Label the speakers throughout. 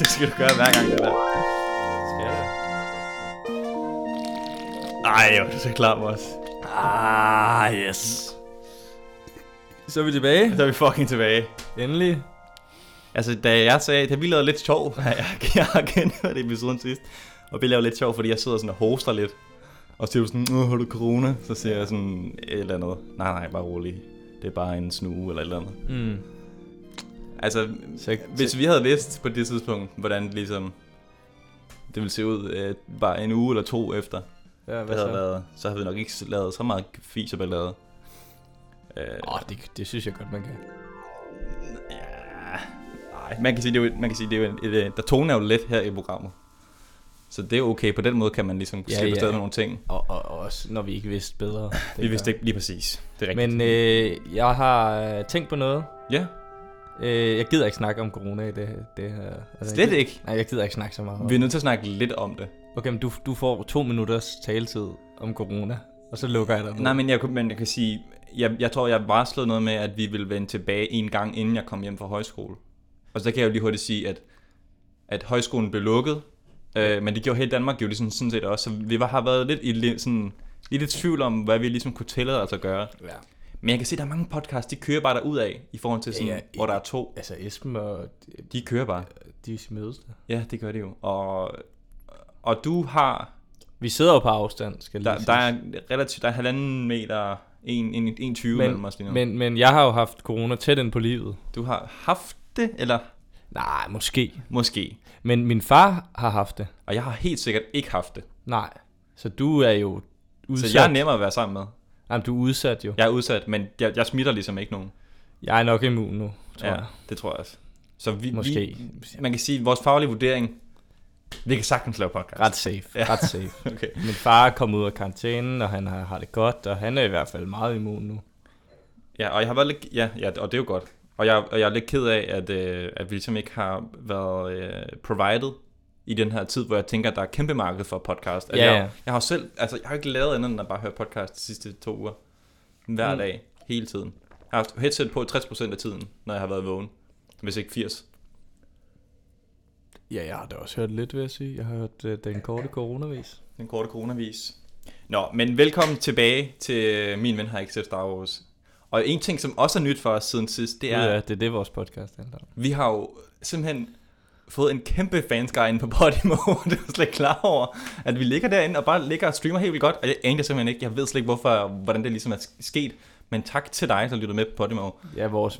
Speaker 1: Det skal du gøre hver gang, det der.
Speaker 2: Skal jeg?
Speaker 1: Ej, jo, du er så klar med os.
Speaker 2: Yes. Så er vi tilbage.
Speaker 1: Så er vi fucking tilbage.
Speaker 2: Endelig.
Speaker 1: Altså, da jeg sagde, da vi lavede lidt sjov, jeg har genhørt episoden sidst, og vi lavede lidt sjov, fordi jeg sidder sådan og hoster lidt. Og så siger du sådan, har du corona? Så siger jeg sådan et eller andet. Nej, bare rolig. Det er bare en snue eller et eller andet.
Speaker 2: Mm.
Speaker 1: Altså, hvis vi havde vidst på det tidspunkt, hvordan ligesom det ville se ud bare en uge eller to efter,
Speaker 2: Ja,
Speaker 1: det havde været, så havde vi nok ikke lavet så meget fis og ballade.
Speaker 2: Det synes jeg godt, man kan.
Speaker 1: Ja, nej, man kan sige, det er jo der toner jo lidt her i programmet. Så det er okay, på den måde kan man ligesom slippe afsted med nogle ting.
Speaker 2: Og også når vi ikke vidste bedre.
Speaker 1: Vi vidste ikke lige præcis, det er rigtigt.
Speaker 2: Men jeg har tænkt på noget.
Speaker 1: Ja.
Speaker 2: Jeg gider ikke snakke om corona i det her. Altså,
Speaker 1: Slet ikke?
Speaker 2: Nej, jeg gider ikke snakke så meget om.
Speaker 1: Vi er nødt til at snakke lidt om det.
Speaker 2: Okay, men du får 2 minutters taletid om corona, og så lukker jeg dig.
Speaker 1: Nej, men jeg kan sige, jeg tror, jeg varslede noget med, at vi ville vende tilbage en gang, inden jeg kom hjem fra højskole. Og så kan jeg jo lige hurtigt sige, at højskolen blev lukket, men det gjorde hele Danmark jo ligesom sådan set også. Så vi har været lidt i tvivl om, hvad vi ligesom kunne tillade os at gøre.
Speaker 2: Ja.
Speaker 1: Men jeg kan se, at der er mange podcasts, de kører bare derud af, i forhold til sådan, hvor der er 2.
Speaker 2: Altså Esben og...
Speaker 1: De kører bare.
Speaker 2: De mødes der.
Speaker 1: Ja, det gør de jo. Og du har...
Speaker 2: Vi sidder jo på afstand, skal jeg lige
Speaker 1: der er relativt, der er 1,5 meter, 1,20 mellem os lige nu.
Speaker 2: Men jeg har jo haft corona tæt ind på livet.
Speaker 1: Du har haft det, eller?
Speaker 2: Nej, måske.
Speaker 1: Måske.
Speaker 2: Men min far har haft det.
Speaker 1: Og jeg har helt sikkert ikke haft det.
Speaker 2: Nej. Så du er jo udsat.
Speaker 1: Så jeg er nemmere at være sammen med.
Speaker 2: Jamen, du er udsat jo.
Speaker 1: Jeg er udsat, men jeg smitter ligesom ikke nogen.
Speaker 2: Jeg er nok immun nu, tror jeg.
Speaker 1: Det tror jeg også. Så
Speaker 2: måske.
Speaker 1: Man kan sige, at vores faglige vurdering, vi kan sagtens lave podcast.
Speaker 2: Ret safe,
Speaker 1: ja.
Speaker 2: ret safe.
Speaker 1: Okay.
Speaker 2: Min far er kommet ud af karantænen, og han har det godt, og han er i hvert fald meget immun nu.
Speaker 1: Ja, og jeg har været lidt, ja, og det er jo godt. Og jeg er lidt ked af, at vi ligesom ikke har været provided i den her tid, hvor jeg tænker, at der er kæmpe marked for podcast.
Speaker 2: Ja.
Speaker 1: Jeg har selv, altså jeg har ikke lavet andet end at bare høre podcast de sidste 2 uger. Hver dag, hele tiden. Jeg har haft headset på 60% af tiden, når jeg har været vågen. Hvis ikke 80.
Speaker 2: Ja, jeg har da også hørt lidt, vil jeg sige. Jeg har hørt den korte coronavis.
Speaker 1: Den korte coronavis. Nå, men velkommen tilbage til Min Ven Har Ikke Set Star Wars. Og en ting, som også er nyt for os siden sidst, det er...
Speaker 2: Ja, det er det, vores podcast handler om.
Speaker 1: Vi har jo simpelthen fået en kæmpe fanskare inde på Podimo, det er slet ikke klar over, at vi ligger derinde og bare ligger og streamer helt vildt godt, og jeg aner simpelthen ikke, jeg ved slet ikke, hvordan det ligesom er sket, men tak til dig, der lytter med på Podimo.
Speaker 2: Ja, vores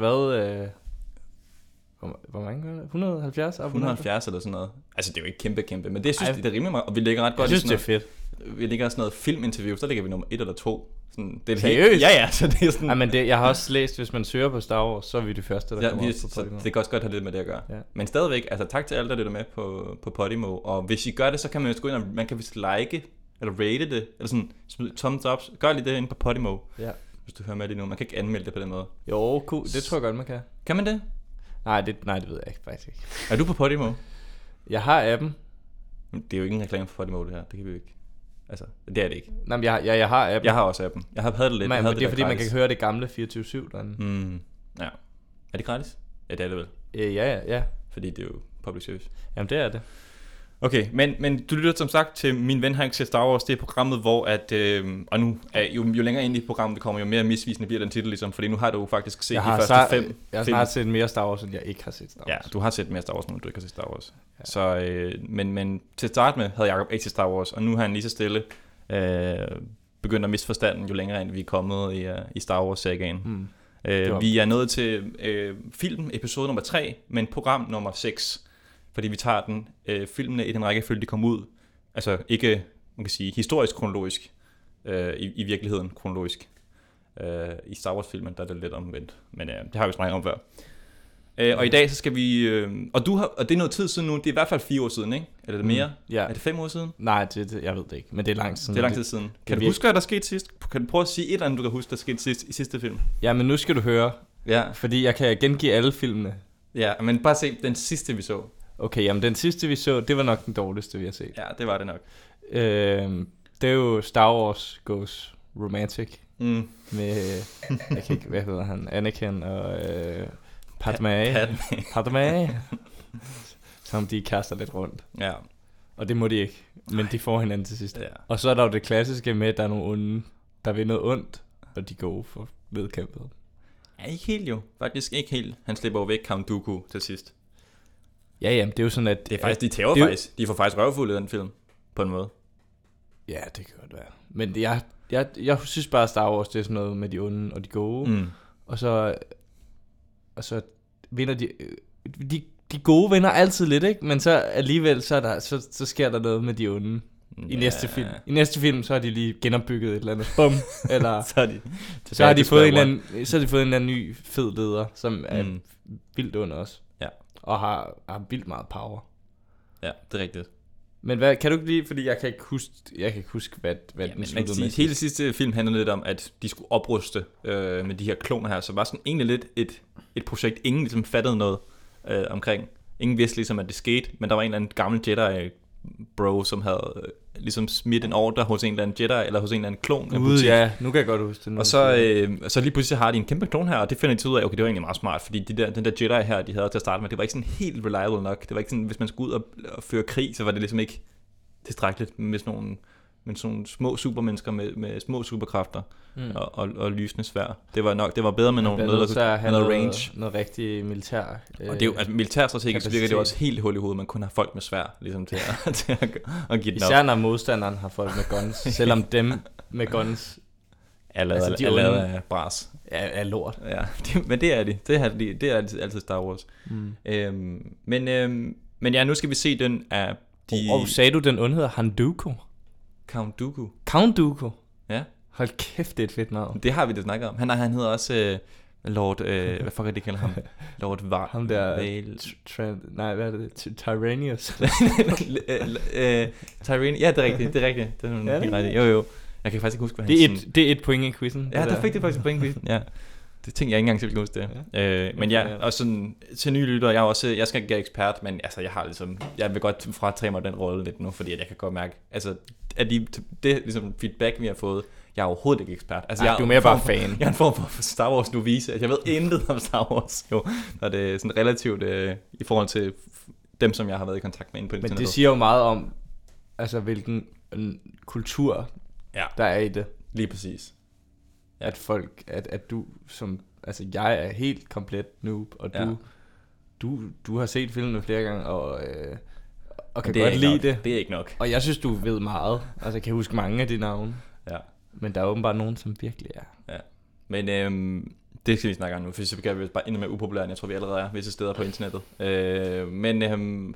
Speaker 2: hvor mange gør det? 170 abonnenter?
Speaker 1: 170 eller sådan noget. Altså, det er jo ikke kæmpe, men det synes det er rimelig meget, og vi ligger ret godt
Speaker 2: i sådan noget. Jeg synes, det er fedt.
Speaker 1: Vi ligger sådan noget filminterview, så ligger vi nummer 1 eller 2. Sådan, det er
Speaker 2: seriøst?
Speaker 1: Ja, så det er sådan...
Speaker 2: Ja, men jeg har også læst, hvis man søger på Star Wars, så er vi de første, der kommer op på Podimo.
Speaker 1: Det kan også godt have lidt med det at gøre. Ja. Men stadigvæk, altså tak til alle, der lytter med på Podimo. Og hvis I gør det, så kan man jo gå ind og man kan vist like eller rate det, eller sådan smide thumbs up. Gør lige det inde på Podimo, hvis du hører med lige nu. Man kan ikke anmelde det på den måde.
Speaker 2: Jo, cool. Det tror jeg godt, man kan.
Speaker 1: Kan man det?
Speaker 2: Nej, det ved jeg ikke, faktisk ikke.
Speaker 1: Er du på Podimo?
Speaker 2: Jeg har appen.
Speaker 1: Det er jo ikke en reklame for Podimo, det her. Det kan vi jo ikke. Altså, det er det ikke.
Speaker 2: Nej, men jeg har appen.
Speaker 1: Jeg har også appen. Jeg har havde det lidt.
Speaker 2: Men det er fordi, man kan høre det gamle 24/7 derinde.
Speaker 1: Ja. Er det gratis? Ja, det er det vel.
Speaker 2: Ja.
Speaker 1: Fordi det er jo public service.
Speaker 2: Jamen, det er det.
Speaker 1: Okay, men du lytter som sagt til Min Ven Har Ikke Set Star Wars. Det er programmet, hvor at... og nu er jo længere ind i programmet det kommer, jo mere misvisende bliver den titel, ligesom. Fordi nu har du faktisk set de første 5.
Speaker 2: Jeg har snart set mere Star Wars, end jeg ikke har set Star Wars.
Speaker 1: Ja, du har set mere Star Wars, end du ikke har set Star Wars. Ja. Så, men til at starte med havde Jacob ikke set Star Wars, og nu har han lige så stille begyndt at miste forstanden, jo længere ind vi er kommet i Star Wars-sagaen. Vi er nået til film episode nummer 3, men program nummer 6. Fordi vi tager filmene i den rækkefølge, de kom ud. Altså ikke, man kan sige, historisk kronologisk, i virkeligheden kronologisk. I Star Wars-filmen, der er det lidt omvendt. Men det har vi snakket om før. Og i dag så skal vi... og det er noget tid siden nu, det er i hvert fald 4 år siden, ikke? Eller er det mere?
Speaker 2: Ja.
Speaker 1: Er det 5 år siden?
Speaker 2: Nej, jeg ved det ikke, men det er lang tid siden.
Speaker 1: Det er lang tid siden. Kan du huske, hvad der skete sidst? Kan du prøve at sige et eller andet, du kan huske, der skete sidst i sidste film?
Speaker 2: Ja, men nu skal du høre.
Speaker 1: Ja.
Speaker 2: Fordi jeg kan gengive alle filmene.
Speaker 1: Ja, men bare se den sidste, vi så.
Speaker 2: Okay, jamen den sidste, vi så, det var nok den dårligste, vi har set.
Speaker 1: Ja, det var det nok.
Speaker 2: Det er jo Star Wars Goes Romantic. Med, jeg kan ikke, hvad hedder han? Anakin og Padme. som de kaster lidt rundt.
Speaker 1: Ja.
Speaker 2: Og det må de ikke, men de får hinanden til sidst.
Speaker 1: Ja.
Speaker 2: Og så er der jo det klassiske med, at der er nogle onde, der vil noget ondt, og de går for vedkæmpet.
Speaker 1: Ja, ikke helt jo. Faktisk ikke helt. Han slipper jo væk Count Dooku til sidst.
Speaker 2: Ja, jamen, det er jo sådan, at...
Speaker 1: Det er faktisk, de tæver faktisk. De får faktisk røvfulde i den film, på en måde.
Speaker 2: Ja, det kan godt være. Men jeg synes bare, at Star Wars, det er sådan noget med de onde og de gode. Og så vinder de gode vinder altid lidt, ikke? Men så alligevel, så sker der noget med de onde i næste film. I næste film, så har de lige genopbygget et eller andet. Bum! Eller så har de fået en eller anden ny fed leder, som er vildt ond også.
Speaker 1: Ja.
Speaker 2: Og har vildt meget power.
Speaker 1: Ja, det er rigtigt.
Speaker 2: Men hvad, kan du ikke lige, fordi jeg kan ikke huske, hvad den sluttede med.
Speaker 1: Hele sidste film handlede lidt om, at de skulle opruste med de her kloner her, så var sådan egentlig lidt et projekt, ingen ligesom fattede noget omkring. Ingen vidste ligesom, at det skete, men der var en eller anden gammel Jedi-bro, som havde ligesom smidt en ordre hos en eller anden Jedi, eller hos en eller anden klon.
Speaker 2: Ja, nu kan jeg godt huske det.
Speaker 1: Og så lige pludselig har de en kæmpe klon her, og det finder de ud af, okay, det var egentlig meget smart, fordi den der Jedi her, de havde til at starte med, det var ikke sådan helt reliable nok. Det var ikke sådan, hvis man skulle ud og føre krig, så var det ligesom ikke tilstrækkeligt med sådan nogle små supermennesker med små superkræfter og lysende sværd. Det var bedre med noget range.
Speaker 2: Noget rigtig militær.
Speaker 1: Og det er jo, altså militærstrategisk virker det også helt hul i hovedet, man kun har folk med sværd, ligesom til at give den op.
Speaker 2: Især når modstanderen har folk med guns, selvom dem med guns
Speaker 1: er lavet af bras.
Speaker 2: Er lort.
Speaker 1: Ja, men det er de. Det er altid Star Wars. Men ja, nu skal vi se den af de...
Speaker 2: Og sagde du, den onde hedder Han Dooku?
Speaker 1: Count Dooku.
Speaker 2: Ja. Hold kæft, det er et fedt navn.
Speaker 1: Det har vi det snakket om. Han hedder også Lord... hvad fuck er det, kalder ham? Lord Var...
Speaker 2: Ham der... nej, hvad er det? Tyranius.
Speaker 1: Tyranius. Ja, det er rigtigt. Det er helt rigtigt. Jo. Jeg kan faktisk ikke huske, hvad
Speaker 2: han siger. Det er et point i quizzen.
Speaker 1: Ja, der fik det faktisk et point i quizzen. Ja. Det tænker jeg ikke engang til at huske det. Ja. Men ja, og sådan til nye lyttere, jeg skal ikke være ekspert, men altså jeg vil godt fratræde mig den rolle lidt nu, fordi at jeg kan godt mærke, altså at det ligesom feedback vi har fået, jeg er overhovedet ikke ekspert. Altså
Speaker 2: du er mere bare fan.
Speaker 1: Jeg er en form for Star Wars novise, altså jeg ved intet om Star Wars jo, når det er sådan relativt i forhold til dem, som jeg har været i kontakt med inde på internettet.
Speaker 2: Men det siger jo meget om, altså hvilken kultur der er i det.
Speaker 1: Lige præcis.
Speaker 2: At folk, at du som, altså jeg er helt komplet noob, og du har set filmen flere gange, og kan godt lide det.
Speaker 1: Det er ikke nok.
Speaker 2: Og jeg synes, du ved meget. Altså jeg kan huske mange af de navne.
Speaker 1: Ja.
Speaker 2: Men der er åbenbart nogen, som virkelig er.
Speaker 1: Ja. Men det skal vi snakke om nu, for så kan vi bare endnu mere upopulære, end jeg tror, vi allerede er visse steder på internettet. Men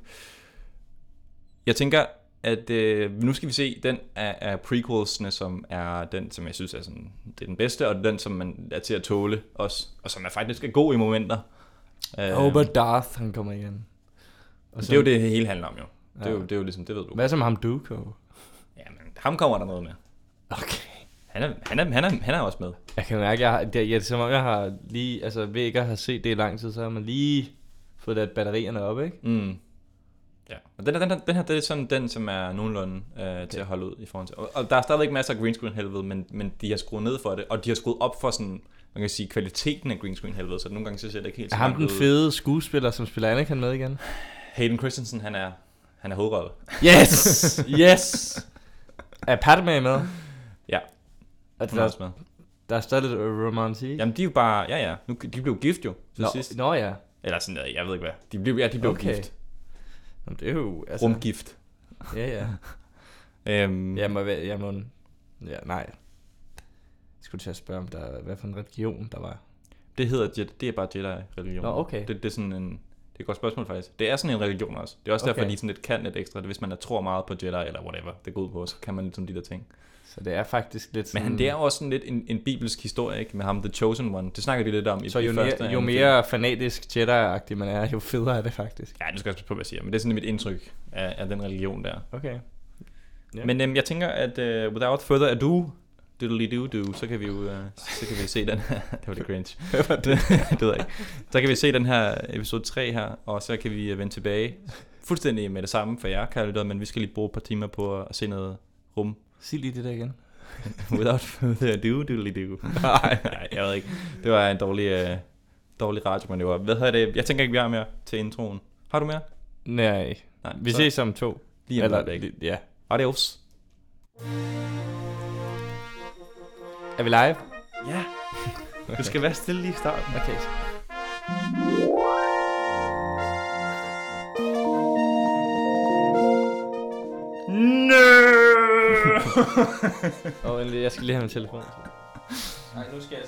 Speaker 1: jeg tænker, at nu skal vi se den af prequelsene, som er den, som jeg synes er sådan, det er den bedste, og den, som man er til at tåle også, og som er faktisk er god i momenter.
Speaker 2: Håber Darth, han kommer igen.
Speaker 1: Og det er jo det hele handler om jo. Ja. Det er jo ligesom, det ved du.
Speaker 2: Hvad som ham Dooku?
Speaker 1: Jamen, ham kommer der noget med.
Speaker 2: Okay.
Speaker 1: Han er også med.
Speaker 2: Jeg kan mærke, det er som om jeg har lige, altså ved ikke at have set det i lang tid, så har man lige fået ladt batterierne op, ikke?
Speaker 1: Ja, og den her, det er sådan den, som er nogenlunde til at holde ud i forhold til. Og der er stadigvæk masser af green screen helvede, men de har skruet ned for det, og de har skruet op for sådan, man kan sige, kvaliteten af green screen helvede, så nogle gange så ser det ikke helt så.
Speaker 2: Er ham den fede skuespiller, som spiller Anakin med igen?
Speaker 1: Hayden Christensen, han er hovedrolle.
Speaker 2: Yes! Er Padme med?
Speaker 1: Ja, hun er også med.
Speaker 2: Der er stadig lidt romantik.
Speaker 1: Jamen de er jo bare, ja, nu, de blev gift jo til sidst.
Speaker 2: Nå ja.
Speaker 1: Eller sådan noget, jeg ved ikke hvad. De blev
Speaker 2: okay.
Speaker 1: gift.
Speaker 2: Jamen, det er jo altså...
Speaker 1: Rumgift.
Speaker 2: Ja. Nej. Jeg skulle til at spørge, om hvad for en religion der var.
Speaker 1: Det er bare Jedi-religion.
Speaker 2: Nå, okay.
Speaker 1: Det er sådan en... Det er et godt spørgsmål faktisk. Det er sådan en religion også. Det er også derfor, de sådan lidt kan lidt ekstra. Hvis man tror meget på Jedi eller whatever, det går ud på, så kan man lidt som de der ting.
Speaker 2: Så det er faktisk lidt sådan...
Speaker 1: Men det er jo også sådan lidt en bibelsk historie, ikke? Med ham, The Chosen One. Det snakker de lidt om
Speaker 2: så i første. Jo mere fanatisk Jedi-agtig man er, jo federe er det faktisk.
Speaker 1: Ja, nu skal jeg også på, hvad jeg siger. Men det er sådan mit indtryk af den religion der.
Speaker 2: Okay. Yeah.
Speaker 1: Men jeg tænker, at without further ado, så kan vi jo se den her. Det var det cringe. Det ved jeg ikke. Så kan vi se den her episode 3 her, og så kan vi vende tilbage fuldstændig med det samme for jer, kære lyttere, men vi skal lige bruge et par timer på at se noget rum.
Speaker 2: Sig lige det der igen.
Speaker 1: Without further ado, Nej, jeg ved ikke. Det var en dårlig radiomanøvre. Hvad hedder det? Jeg tænker ikke, vi har mere til introen. Har du mere?
Speaker 2: Nej. Vi ses om 2.
Speaker 1: Lige om lidt.
Speaker 2: Ja.
Speaker 1: Adios.
Speaker 2: Er vi live?
Speaker 1: Ja. Du skal være stille lige i starten.
Speaker 2: Okay. Jeg skal lige have min telefon. Nej, nu skal jeg...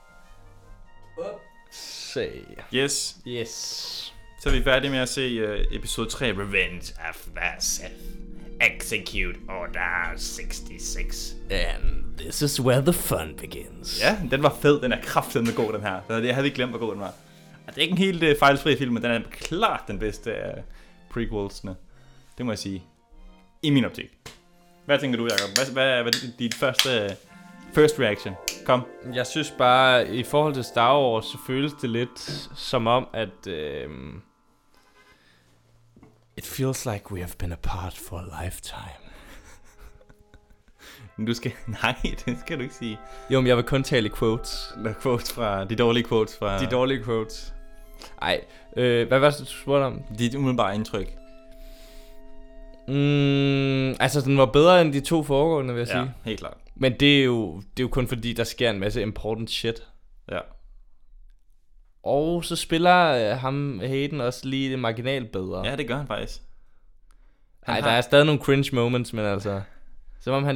Speaker 2: Se.
Speaker 1: Yes. Så er vi færdige med at se episode 3, Revenge of the Sith. Execute Order 66.
Speaker 2: And this is where the fun begins.
Speaker 1: Ja, den var fed. Den er kraftedeme god, den her. Jeg havde ikke glemt, hvor god den var. Og det er ikke en helt fejlfri film, men den er klart den bedste af prequelsene. Det må jeg sige. I min optik. Hvad tænker du, Jacob? Hvad er dit first reaction? Kom.
Speaker 2: Jeg synes bare, i forhold til Star Wars, så føles det lidt som om, at... It feels like we have been apart for a lifetime.
Speaker 1: Du skal... Nej, det skal du ikke sige.
Speaker 2: Jo, men jeg vil kun tale i quotes.
Speaker 1: De dårlige quotes fra...
Speaker 2: De dårlige quotes. Ej, hvad var det, du spurgte om?
Speaker 1: Dit umiddelbare indtryk.
Speaker 2: Altså, den var bedre end de 2 foregående, vil jeg sige.
Speaker 1: Ja, helt klart.
Speaker 2: Men det er jo kun fordi, der sker en masse important shit.
Speaker 1: Ja.
Speaker 2: Og så spiller ham Hayden også lige marginalt bedre.
Speaker 1: Ja, det gør han faktisk.
Speaker 2: Nej, der er stadig nogle cringe moments, men altså... Som om han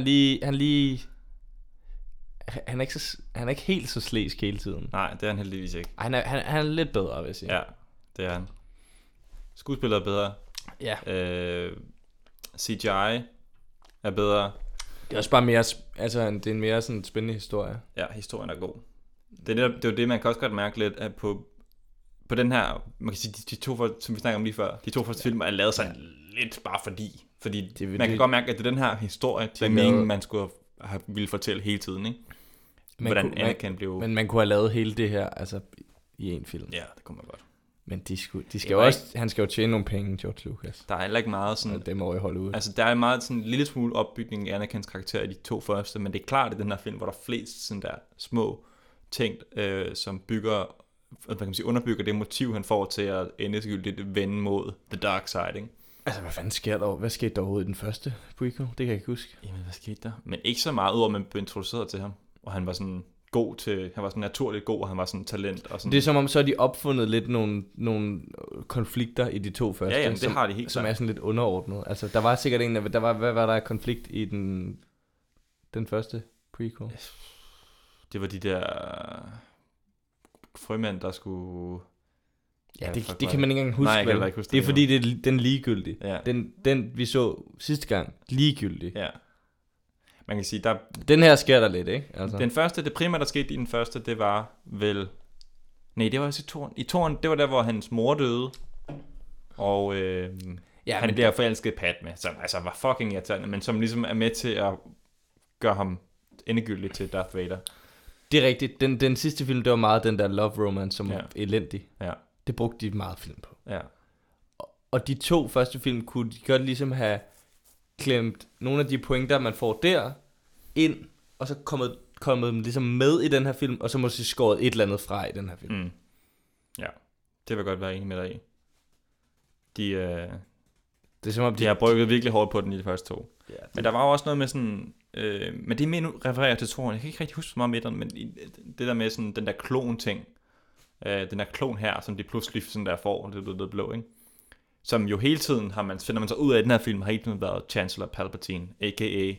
Speaker 2: er ikke helt så slæsk hele tiden.
Speaker 1: Nej, det er han heldigvis ikke.
Speaker 2: Han er lidt bedre, vil jeg sige.
Speaker 1: Ja, det er han. Skuespiller er bedre.
Speaker 2: Ja.
Speaker 1: CGI er bedre.
Speaker 2: Det er også bare mere, altså det er en mere sådan spændende historie.
Speaker 1: Ja, historien er god. Det er jo det, man kan også godt mærke lidt at på den her, man kan sige, de 2 som vi snakker om lige før, de 2 første film er lavet sådan lidt bare fordi man kan godt mærke, at det er den her historie, det er meningen, man skulle have ville fortælle hele tiden, ikke? Hvordan Anakin blev...
Speaker 2: Men man kunne have lavet hele det her, altså i en film.
Speaker 1: Ja, det kunne man godt.
Speaker 2: Men de skal jo også, han skal jo tjene nogle penge, George Lucas.
Speaker 1: Der er heller ikke meget sådan...
Speaker 2: Og det må jeg holde ud.
Speaker 1: Altså, der er meget sådan en lille smule opbygning af Anakins karakter i de 2 første, men det er klart i den her film, hvor der er flest sådan der små ting, som bygger, hvad kan man sige, underbygger det motiv, han får til at endegyldigt vende mod the dark side, ikke?
Speaker 2: Altså, hvad fanden sker der? Hvad skete der overhovedet i den første prequel? Det kan jeg ikke huske.
Speaker 1: Jamen, hvad skete der? Men ikke så meget ud, at man blev introduceret til ham, og han var sådan... han var sådan naturligt god, og han var sådan talent og sådan.
Speaker 2: Det er som om, så har de opfundet lidt nogle konflikter i de 2 første.
Speaker 1: Ja, det har de helt
Speaker 2: som er sådan lidt underordnet. Altså, der var sikkert hvad var der konflikt i den første prequel?
Speaker 1: Det var de der frømænd, der skulle...
Speaker 2: Ja, det kan man ikke engang huske.
Speaker 1: Nej, jeg kan ikke huske det.
Speaker 2: Det er fordi, den er ligegyldig.
Speaker 1: Ja.
Speaker 2: Den vi så sidste gang, ligegyldig.
Speaker 1: Ja. Man kan sige, der...
Speaker 2: Den her sker der lidt, ikke? Altså.
Speaker 1: Den første, det primære, der skete i den første, det var vel... Nej, det var også i toren. I toren, det var der, hvor hans mor døde. Og han bliver forelsket Padme, som altså var fucking irriterende, men som ligesom er med til at gøre ham endegyldigt til Darth Vader.
Speaker 2: Det er rigtigt. Den sidste film, det var meget den der love romance, som var elendig.
Speaker 1: Ja.
Speaker 2: Det brugte de meget film på.
Speaker 1: Ja.
Speaker 2: Og de 2 første film kunne de godt ligesom have klemt nogle af de pointer, man får der, ind, og så kommet dem ligesom med i den her film, og så måske skåret et eller andet fra i den her film.
Speaker 1: Ja, det vil godt være enig med dig i. Det er
Speaker 2: som om
Speaker 1: de har brygget virkelig hårdt på den i de første 2.
Speaker 2: Ja,
Speaker 1: men der var jo også noget med sådan... men det er mere nu refererer til toren. Jeg kan ikke rigtig huske så meget med den, men det der med sådan den der klon-ting, den der klon her, som de pludselig sådan der får, det blå, ikke? Som jo hele tiden finder man så ud af i den her film, har hele tiden været Chancellor Palpatine, a.k.a.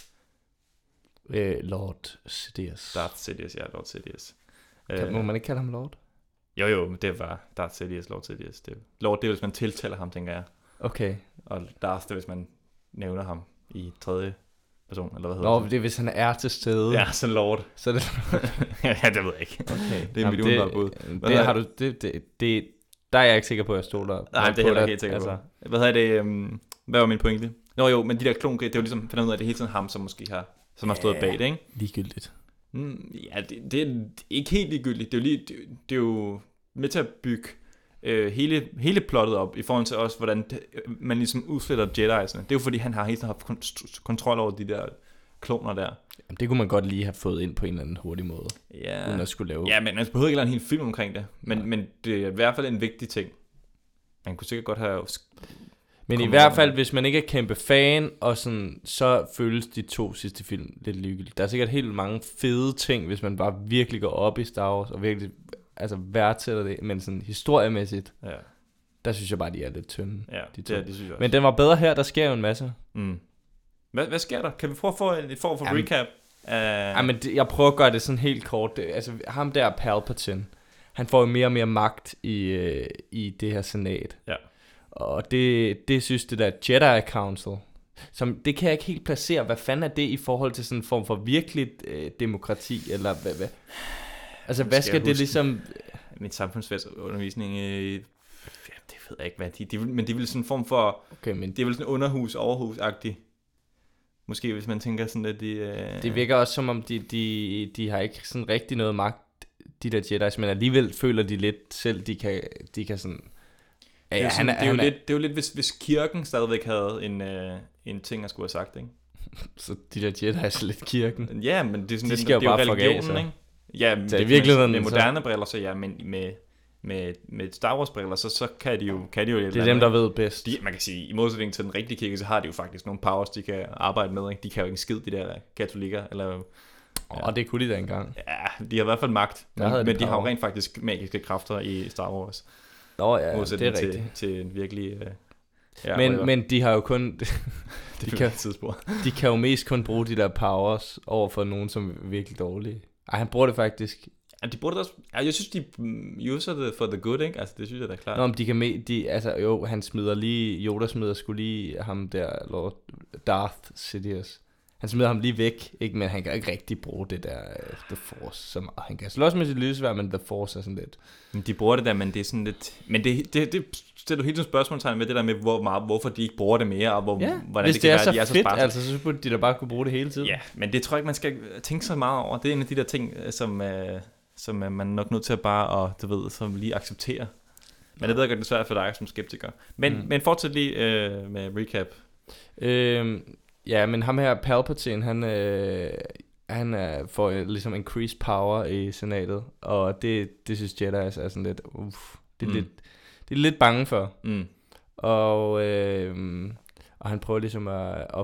Speaker 2: Lord Sidious.
Speaker 1: Darth Sidious, ja, Lord Sidious.
Speaker 2: Må man ikke kalde ham Lord?
Speaker 1: Jo, det var Darth Sidious, Lord Sidious. Lord, det er, hvis man tiltaler ham, tænker jeg.
Speaker 2: Okay.
Speaker 1: Og Darth, det er, hvis man nævner ham i 3. person, eller hvad hedder det?
Speaker 2: Det er, hvis han er til stede.
Speaker 1: Ja, så Lord.
Speaker 2: Så det...
Speaker 1: ja, det ved jeg ikke.
Speaker 2: Okay.
Speaker 1: Det er mit umiddelbare bud.
Speaker 2: Det har du... Der er jeg ikke sikker på, at jeg stoler.
Speaker 1: Nej, det er heller ikke helt sikker på. Hvad hedder det? Hvad var min pointe? Jo, men de der klon, det er jo ligesom, finder ud af, at det er hele tiden ham, som måske har stået bag det, ikke?
Speaker 2: Ligegyldigt.
Speaker 1: Ja, det er ikke helt ligegyldigt. Det er jo med til at bygge hele plottet op, i forhold til også, hvordan man ligesom udsletter Jedi'sene. Det er jo fordi, han har hele tiden haft kontrol over de der kloner der.
Speaker 2: Jamen, det kunne man godt lige have fået ind på en eller anden hurtig måde.
Speaker 1: Ja.
Speaker 2: Uden at skulle lave...
Speaker 1: Ja, men man behøver ikke lave en hel film omkring det. Men det er i hvert fald en vigtig ting. man kunne sikkert godt have...
Speaker 2: Men i hvert fald, hvis man ikke er kæmpe fan, og sådan, så føles de 2 sidste film lidt ligegyldigt. Der er sikkert helt mange fede ting, hvis man bare virkelig går op i Star Wars, og virkelig værdsætter det, men sådan historiemæssigt, der synes jeg bare, de er lidt tynde.
Speaker 1: Ja,
Speaker 2: de 2.
Speaker 1: Det synes jeg også.
Speaker 2: Men den var bedre her, der sker jo en masse.
Speaker 1: Hvad sker der? Kan vi prøve at få et form for recap?
Speaker 2: Jeg prøver at gøre det sådan helt kort. Altså, ham der Palpatine, han får jo mere og mere magt i det her senat.
Speaker 1: Ja. Og
Speaker 2: det synes det der Jedi Council, som det kan jeg ikke helt placere. Hvad fanden er det i forhold til sådan en form for virkeligt demokrati, eller hvad? Altså, hvad skal det ligesom...
Speaker 1: Mit samfundsfagsundervisning, det ved jeg ikke, hvad men det er vel sådan en form for... Okay, men det er vel sådan overhus-agtigt. Måske hvis man tænker sådan, at
Speaker 2: det virker også som om, de har ikke sådan rigtig noget magt, de der Jedi's, men alligevel føler de lidt selv, de kan sådan...
Speaker 1: Det er jo lidt hvis kirken stadigvæk havde en ting, jeg skulle have sagt, ikke?
Speaker 2: Så de der Jedi er lidt kirken.
Speaker 1: Ja, men det er sådan
Speaker 2: de skal jo bare
Speaker 1: religionen, ikke? Ja,
Speaker 2: det er virkelig
Speaker 1: med moderne briller, så ja, men med Star Wars briller, så kan de jo
Speaker 2: det er dem, der ved bedst.
Speaker 1: Man kan sige, i modsætning til den rigtige kirke, så har de jo faktisk nogle powers, de kan arbejde med, ikke? De kan jo ikke skid, de der katolikker, eller...
Speaker 2: Og det kunne de da engang.
Speaker 1: Ja, de har i hvert fald magt, men de har jo rent faktisk magiske kræfter i Star Wars.
Speaker 2: Nå ja, det er rigtigt.
Speaker 1: Til en virkelig...
Speaker 2: men de har jo kun... de kan jo mest kun bruge de der powers over for nogen, som er virkelig dårlige. Ej, han bruger det faktisk...
Speaker 1: Ja, de bruger det også... Jeg synes, de user det for the good, ikke? Altså, det synes jeg da er klart.
Speaker 2: Nå, men de kan han smider lige... Yoda smider skulle lige ham der, Lord Darth Sidious. Han smider ham lige væk, ikke? Men han kan ikke rigtig bruge det der The Force så meget. Han kan slås med sit lysværd, men The Force er sådan lidt...
Speaker 1: Men de bruger det der, men det er sådan lidt... Men det stiller du hele tiden spørgsmålstegn med det der med, hvorfor de ikke bruger det mere, og hvordan
Speaker 2: hvis
Speaker 1: det kan være,
Speaker 2: så
Speaker 1: at de er så
Speaker 2: fedt,
Speaker 1: sparsomme.
Speaker 2: altså, så burde de da bare kunne bruge det hele tiden.
Speaker 1: Ja, men det tror jeg ikke, man skal tænke så meget over. Det er en af de der ting, som man nok nødt til at bare, som lige acceptere. Men jeg ved godt, det er svært for dig som skeptiker. Men fortsæt lige med recap.
Speaker 2: Ja, men ham her Palpatine, han får ligesom increased power i senatet, og det synes Jedi er sådan lidt, det er lidt bange for. Og han prøver ligesom at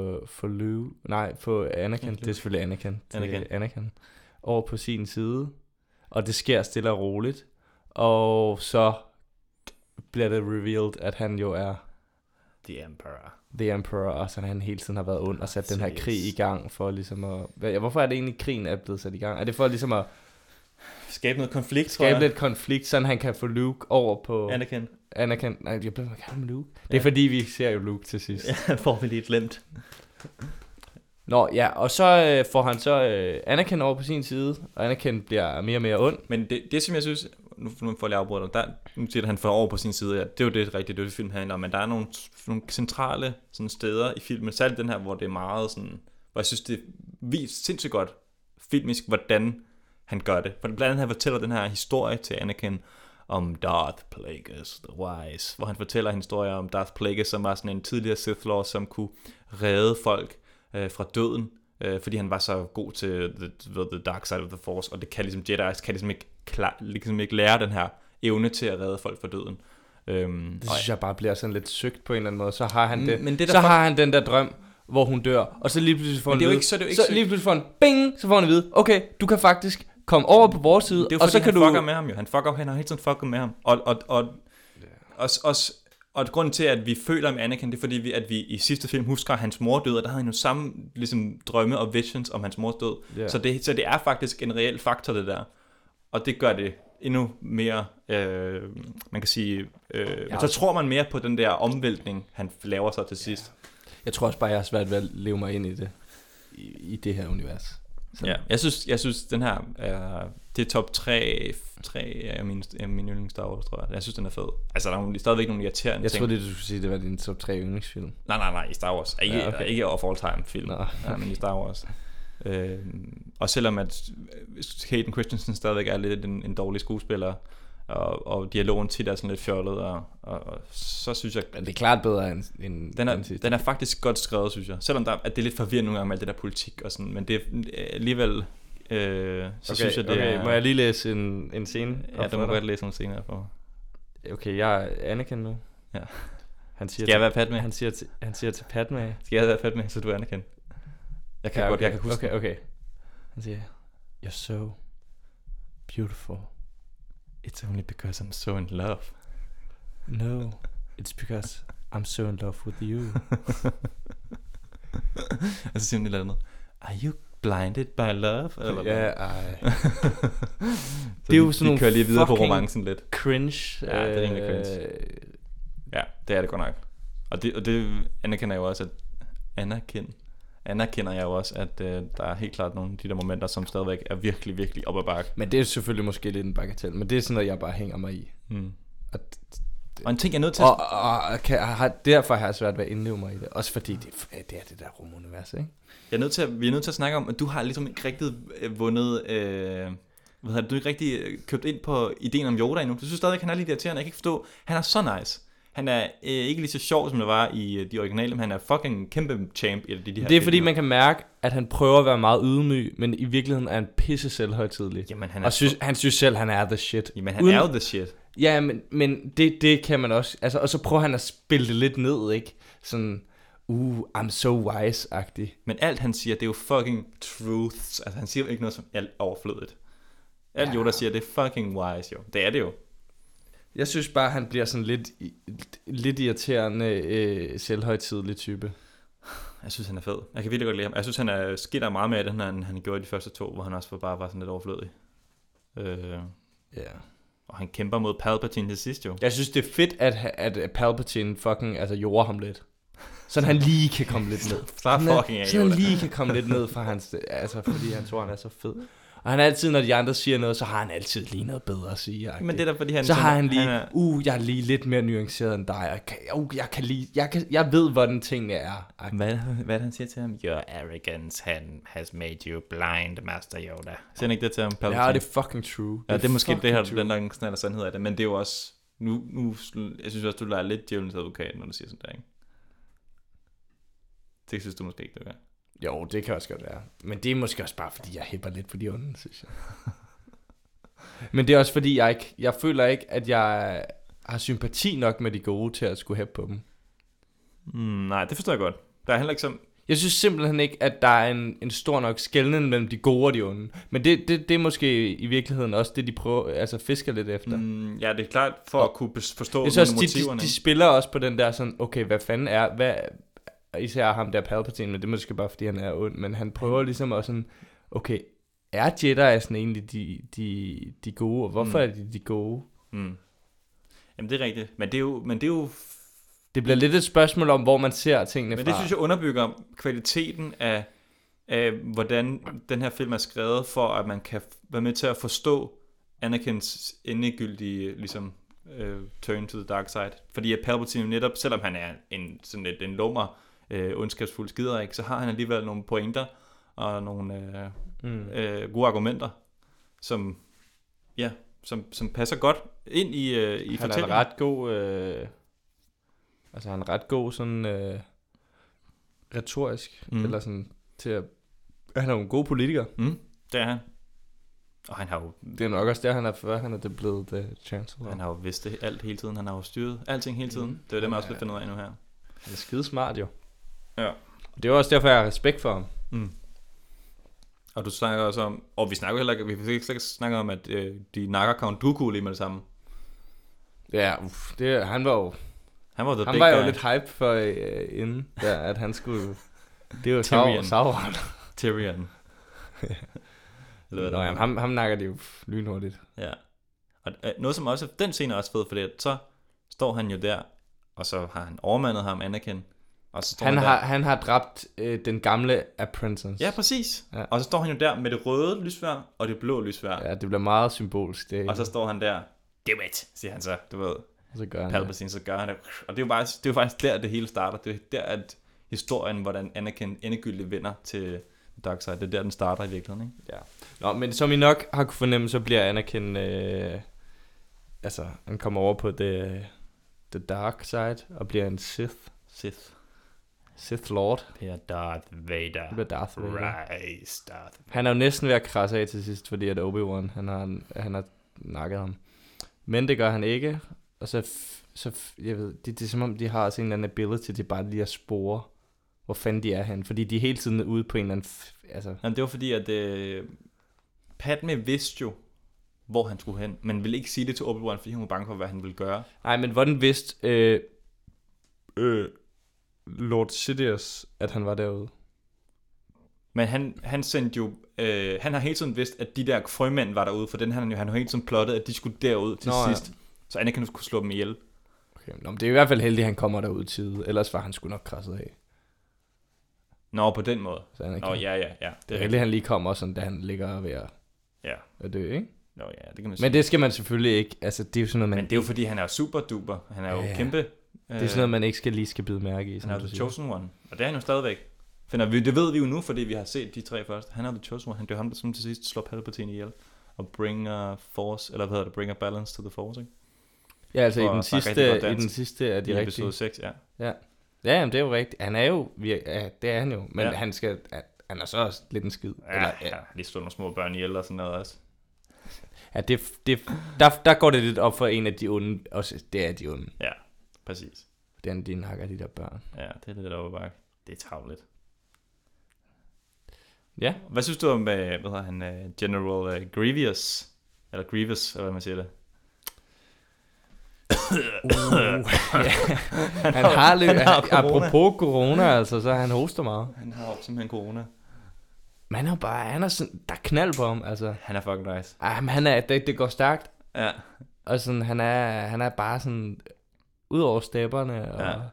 Speaker 2: få Anakin, det er selvfølgelig Anakin over på sin side, og det sker stille og roligt, og så bliver det revealed, at han jo er The Emperor, og så han hele tiden har været ond og sat den her krig i gang for ligesom at... Hvorfor er det egentlig, krigen er blevet sat i gang? Er det for ligesom at...
Speaker 1: Skabe noget konflikt,
Speaker 2: Skabe lidt konflikt, så han kan få Luke over på...
Speaker 1: Anakin.
Speaker 2: Nej, jeg blev kaldt med Luke. Det er fordi, vi ser jo Luke til sidst.
Speaker 1: Ja, får vi lige glemt.
Speaker 2: Nå, ja, og så får han så Anakin over på sin side, og Anakin bliver mere og mere ond.
Speaker 1: Men det som jeg synes... Nu får jeg lige afbrudt dig. Nu siger at han får over på sin side. Ja, det er jo det rigtige, det film handler om. Men der er nogle centrale sådan steder i filmen. Særligt den her, hvor det er meget sådan... Hvor jeg synes, det viser sindssygt godt filmisk, hvordan han gør det. For blandt andet han fortæller den her historie til Anakin om Darth Plagueis the Wise. Hvor han fortæller en historie om Darth Plagueis, som var sådan en tidligere Sith Lord, som kunne redde folk fra døden. Fordi han var så god til the dark side of the force, og det kan ligesom Jedi's kan ligesom ikke lære den her evne til at redde folk fra døden.
Speaker 2: Det synes jeg bare bliver sådan lidt søgt på en eller anden måde. Så har han har han den der drøm, hvor hun dør, og så lige pludselig får han lige pludselig får han bing, så får han at vide, okay, du kan faktisk komme over på vores side,
Speaker 1: det er jo,
Speaker 2: og så kan du...
Speaker 1: fucker med ham jo. Han har hele tiden fucket med ham. Og grunden til, at vi føler med Anakin, det er fordi, at vi i sidste film husker, at hans mor døde, og der havde han jo samme ligesom, drømme og visions om hans mors død. Yeah. Så det er faktisk en reel faktor, det der. Og det gør det endnu mere, man kan sige, så tror man mere på den der omvæltning, han laver sig til sidst.
Speaker 2: Jeg tror også bare, jeg har svært ved at leve mig ind i det, i det her univers.
Speaker 1: Så. Ja, jeg synes den her det er top 3 af min yndlings Star Wars, tror jeg. Jeg synes den er fed. Altså der er stadigvæk nogle irriterende
Speaker 2: ting. Jeg troede du skulle sige det var din top 3 yndlingsfilm.
Speaker 1: Nej, i Star Wars. Ikke of all time film. Men i Star Wars. Og selvom at Hayden Christensen stadigvæk er lidt en dårlig skuespiller, og dialogen tit er sådan lidt fjollet, og så synes jeg...
Speaker 2: Men det er klart bedre end
Speaker 1: den er faktisk godt skrevet, synes jeg. Selvom at det er lidt forvirrende nogle gange med alt det der politik og sådan, men det er alligevel... så synes jeg, det er...
Speaker 2: Må jeg lige læse en scene?
Speaker 1: Ja, du må godt læse nogle scener for.
Speaker 2: Okay, jeg er Anakin nu.
Speaker 1: Ja.
Speaker 2: Skal
Speaker 1: jeg være Padme?
Speaker 2: Han siger til Padme.
Speaker 1: Skal jeg være Padme, så du er Anakin? Jeg kan godt, jeg kan huske.
Speaker 2: Okay. Han siger, you're so beautiful.
Speaker 1: It's only because I'm so in love.
Speaker 2: No, it's because I'm so in love with you.
Speaker 1: Og så siger hun et eller andet. Are you blinded by love? Eller
Speaker 2: ja,
Speaker 1: det er jo sådan nogle kører lige videre på romancen lidt.
Speaker 2: Cringe.
Speaker 1: Ja, det er rimelig cringe. Ja, det er det godt nok. Og det anerkender jeg jo også, anerkender jeg jo også, at der er helt klart nogle af de der momenter, som stadigvæk er virkelig, virkelig op ad bakke.
Speaker 2: Men det er selvfølgelig måske lidt en bagatel, men det er sådan noget, jeg bare hænger mig i.
Speaker 1: Og en ting, jeg er nødt til
Speaker 2: derfor har jeg svært ved at indleve mig i det. Også fordi det er det der rumunivers, ikke?
Speaker 1: Vi er nødt til at snakke om, at du har ligesom ikke rigtig vundet... du har ikke rigtig købt ind på ideen om Yoda endnu. Du synes stadig, han er lidt irriterende. Jeg kan ikke forstå. Han er så nice. Han er ikke lige så sjov, som det var i de originale, men han er fucking kæmpe champ i de her.
Speaker 2: Det er fordi, man kan mærke, at han prøver at være meget ydmyg, men i virkeligheden er han pisse selvhøjtidlig.
Speaker 1: Jamen,
Speaker 2: han synes selv, han er the shit.
Speaker 1: Jamen, han er jo the shit.
Speaker 2: Ja, men det kan man også... Altså, og så prøver han at spille det lidt ned, ikke? Sådan... I'm so wise-agtig.
Speaker 1: Men alt han siger, det er jo fucking truths. Altså han siger jo ikke noget som alt overflødigt. Alt Yoda siger, det er fucking wise jo. Det er det jo.
Speaker 2: Jeg synes bare, han bliver sådan lidt irriterende selvhøjtidlig type.
Speaker 1: Jeg synes, han er fed. Jeg kan virkelig godt lide ham. Jeg synes, han skitter meget med det, han gjorde i de første 2, hvor han også bare var sådan lidt overflødig. Og han kæmper mod Palpatine til sidst jo.
Speaker 2: Jeg synes, det er fedt, at Palpatine fucking gjorde ham lidt. Sådan han lige kan komme lidt ned. Så han lige kan komme lidt ned fra hans... Altså, fordi han tror, han er så fed. Og han altid, når de andre siger noget, så har han altid lige noget bedre at sige.
Speaker 1: Men det er da, fordi han...
Speaker 2: Så har han lige... jeg er lige lidt mere nuanceret end dig. Jeg ved, hvordan tingene er.
Speaker 1: Hvad han siger til ham? Your arrogance has made you blind, Master Yoda. Siger han ikke det til ham, Palpatine?
Speaker 2: Ja, det er fucking true.
Speaker 1: Ja, det er måske det her, den der snaller sandhed af det. Men det er jo også... Nu, jeg synes også, du lader lidt djævelens advokat, når du siger sådan der, ikke? Det synes du måske ikke, det gør.
Speaker 2: Jo, det kan også godt være. Men det er måske også bare, fordi jeg hæpper lidt på de onde, synes jeg. Men det er også fordi, jeg føler ikke, at jeg har sympati nok med de gode til at skulle hæppe på dem.
Speaker 1: Nej, det forstår jeg godt. Der er heller ikke som...
Speaker 2: Jeg synes simpelthen ikke, at der er en stor nok skelnen mellem de gode og de onde. Men det er måske i virkeligheden også det, de prøver, altså fisker lidt efter.
Speaker 1: Ja, det er klart for at kunne forstå
Speaker 2: motiverne. De spiller også på den der sådan, okay, hvad fanden er... Især ham der Palpatine, men det er måske bare fordi han er ond, men han prøver ligesom også sådan, okay, er Jedi sådan egentlig de gode, og hvorfor er de gode?
Speaker 1: Jamen det er rigtigt, men det er jo
Speaker 2: det bliver lidt et spørgsmål om, hvor man ser tingene fra.
Speaker 1: Men det synes jeg underbygger kvaliteten af hvordan den her film er skrevet, for at man kan være med til at forstå Anakins endegyldige ligesom turn to the dark side, fordi at Palpatine netop, selvom han er en lummer ondskabsfuld skiderik, så har han alligevel nogle pointer og nogle gode argumenter, som passer godt ind i fortællingen.
Speaker 2: Han er ret god han er ret god sådan retorisk eller sådan til at han er jo en god politiker.
Speaker 1: Det er han. Og han har jo...
Speaker 2: Det er nok også der, han er blevet the chancellor.
Speaker 1: Han har jo vidst det alt hele tiden. Han har jo styret alting hele tiden. Det er det, man også vil finde ud af nu her.
Speaker 2: Han er skide smart jo.
Speaker 1: Ja.
Speaker 2: Og det er også derfor, jeg har respekt for ham.
Speaker 1: Og du snakker også om... Og vi snakker heller ikke... Vi fik ikke snakke om, at de nakker Count Dooku lige med det samme.
Speaker 2: Ja, han var jo... Han var jo lidt hype for inden, at han skulle... Det er jo Sauron.
Speaker 1: Tyrion.
Speaker 2: Nå, jamen, ham nakker det jo lynhurtigt.
Speaker 1: Ja. Og noget som også... Den scene er også fed, fordi så står han jo der, og så har han overmandet ham, Anakin. Og så står
Speaker 2: han har dræbt den gamle apprentice.
Speaker 1: Ja, præcis. Ja. Og så står han jo der med det røde lysvær og det blå lysvær.
Speaker 2: Ja, det bliver meget symbolisk.
Speaker 1: Og så står han der, do it, siger han så, du ved.
Speaker 2: Og så gør han
Speaker 1: Palpatine, så gør han det. Og det er jo faktisk der, det hele starter. Det er der, at historien, hvordan Anakin endegyldigt vinder til dark side, det er der, den starter i virkeligheden, ikke?
Speaker 2: Ja. Nå, men som I nok har kunne fornemme, så bliver Anakin, han kommer over på the dark side og bliver en Sith Lord.
Speaker 1: Det er Darth Vader.
Speaker 2: Det bliver Darth Vader.
Speaker 1: Rise, Darth Vader.
Speaker 2: Han er jo næsten ved at krasse af til sidst, fordi at Obi-Wan, han har nakket ham. Men det gør han ikke. Og så jeg ved, det er som om, de har også en eller anden ability til bare lige at spore, hvor fanden de er hen. Fordi de er hele tiden ude på en eller anden... altså.
Speaker 1: Jamen, det var fordi, at Padme vidste jo, hvor han skulle hen, men ville ikke sige det til Obi-Wan, fordi hun var bange for, hvad han ville gøre.
Speaker 2: Nej, men hvordan vidste Lord Sidious, at han var derude?
Speaker 1: Men han sendte jo... han har hele tiden vidst, at de der frømænd var derude, for han har hele tiden plottet, at de skulle derud til sidst. Ja. Så Anakin kunne slå dem ihjel.
Speaker 2: Okay, men det er i hvert fald heldigt, at han kommer derud i tide, ellers var han sgu nok krasset af.
Speaker 1: Nå, på den måde.
Speaker 2: Ja.
Speaker 1: Det er
Speaker 2: heldigt, at han lige kommer, sådan, da han ligger ved at dø, ikke?
Speaker 1: Nå ja, det kan man sige.
Speaker 2: Men det skal man selvfølgelig ikke, altså det er jo sådan noget, man...
Speaker 1: Men det er jo fordi, han er super duper, han er jo kæmpe...
Speaker 2: Det er sådan noget, man ikke lige skal bide mærke i.
Speaker 1: Han er the chosen one, og det er han jo stadigvæk. Det ved vi jo nu, fordi vi har set de 3 først. Han er the chosen one, det er ham, der som til sidst slår Palpatine ihjel. Og bring force, eller hvad hedder det, bring a balance to the force, ikke?
Speaker 2: Ja, altså i den sidste er de rigtige.
Speaker 1: Episode 6,
Speaker 2: ja. Ja, men det er jo rigtigt. Han er jo, det er han jo, men han er så også lidt en skid.
Speaker 1: Ja, lige slå nogle små børn ihjel og sådan noget også.
Speaker 2: Ja, der går det lidt op for en af de onde, også det er de onde.
Speaker 1: Ja, præcis.
Speaker 2: De nakker de der børn.
Speaker 1: Ja, det er lidt overbakke. Det er travlt.
Speaker 2: Ja.
Speaker 1: Hvad synes du om, hvad hedder han, General Grievous? Eller Grievous, eller hvad man siger det?
Speaker 2: Han har lidt, apropos corona, altså, så han hoster meget.
Speaker 1: Han har jo simpelthen corona.
Speaker 2: Men han er sådan, der er knald på ham, altså.
Speaker 1: Han er fucking nice.
Speaker 2: Det går stærkt.
Speaker 1: Ja.
Speaker 2: Og sådan, han er bare sådan, ud over stepperne,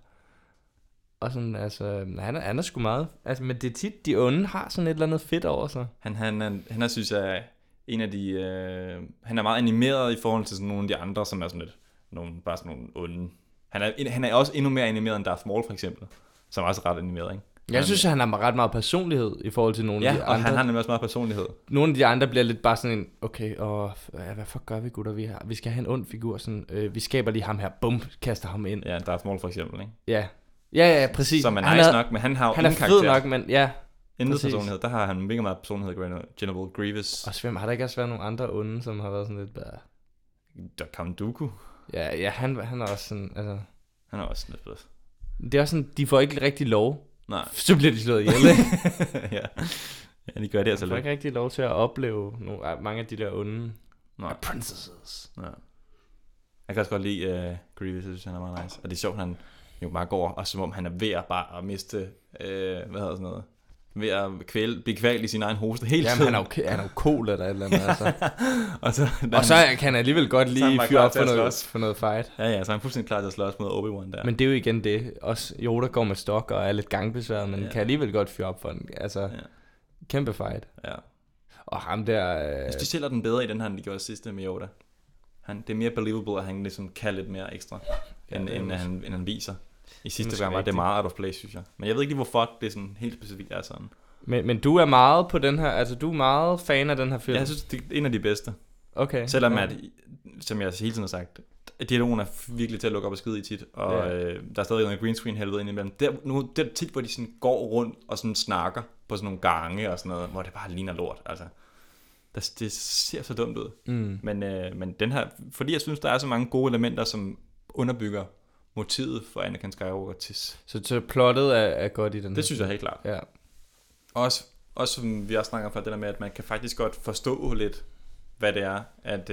Speaker 2: og sådan, altså, han er sgu meget, altså, men det er tit, de onde har sådan et eller andet fedt over sig.
Speaker 1: Han er, synes jeg, en af de, han er meget animeret i forhold til sådan nogle af de andre, som er sådan lidt, bare sådan nogle onde. Han er også endnu mere animeret end Darth Maul, for eksempel, som er også ret animeret, ikke?
Speaker 2: Jeg synes, han har ret meget personlighed i forhold til nogle af de andre. Ja,
Speaker 1: og han har nemlig også meget personlighed.
Speaker 2: Nogle af de andre bliver lidt bare sådan en, okay, hvad fuck gør vi, gutter? Vi skal have en ond figur, sådan, vi skaber lige ham her, bum, kaster ham ind.
Speaker 1: Ja, Darth Maul for eksempel, ikke?
Speaker 2: Ja, præcis.
Speaker 1: Som er nice nok, men han har jo ingen karakter.
Speaker 2: Han er fed nok, men ja.
Speaker 1: Intet personlighed, der har han mega meget personlighed, General Grievous.
Speaker 2: Og Svend, har der ikke også været nogle andre onde, som har været sådan lidt bare...
Speaker 1: Der Count Dooku.
Speaker 2: Ja, han er også sådan, altså...
Speaker 1: Han er også lidt bedre.
Speaker 2: Det er også sådan, de får ikke rigtig lov.
Speaker 1: Nej.
Speaker 2: Så bliver de slået ihjel,
Speaker 1: ja, de gør det altså lidt.
Speaker 2: De får ikke rigtig lov til at opleve mange af de der onde
Speaker 1: princesses. Ja. Jeg kan også godt lide Grievous, jeg synes han er meget nice. Og det er sjovt, han jo bare går, og som om han er ved at bare at miste, hvad hedder sådan noget, ved at blive kvalt i sin egen hoste hele tiden.
Speaker 2: Jamen, han er jo cool eller et eller andet, altså.
Speaker 1: og
Speaker 2: så kan han alligevel godt lige fyre op for noget fight.
Speaker 1: Ja, så er han fuldstændig klar til at slås mod Obi-Wan der.
Speaker 2: Men det er jo igen det. Også Yoda går med stok og er lidt gangbesværet, men kan alligevel godt fyre op for den. Altså, kæmpe fight.
Speaker 1: Ja.
Speaker 2: Og ham der...
Speaker 1: Jeg synes, de sælger den bedre i den her, end de gjorde sidste med Yoda. Det er mere believable, at han ligesom kan lidt mere ekstra, end han viser. I sidste gang var det meget out of place, synes jeg. Men jeg ved ikke lige, hvorfor det er sådan helt specifikt er sådan.
Speaker 2: Men du er meget på den her, altså du er meget fan af den her film.
Speaker 1: Jeg synes, det er en af de bedste.
Speaker 2: Okay.
Speaker 1: Selvom at, som jeg hele tiden har sagt, dialogen er virkelig til at lukke op og skide i tit, og der er stadig noget green screen helvede indimellem. Det er tit, hvor de sådan går rundt og sådan snakker på sådan nogle gange og sådan noget, hvor det bare ligner lort, altså. Det ser så dumt ud. Men den her, fordi jeg synes, der er så mange gode elementer, som underbygger motivet for Anakin Skywalker til.
Speaker 2: Så plottet er godt i den.
Speaker 1: Det synes jeg helt klart.
Speaker 2: Ja.
Speaker 1: Også som vi også snakker om, det der med, at man kan faktisk godt forstå lidt, hvad det er, at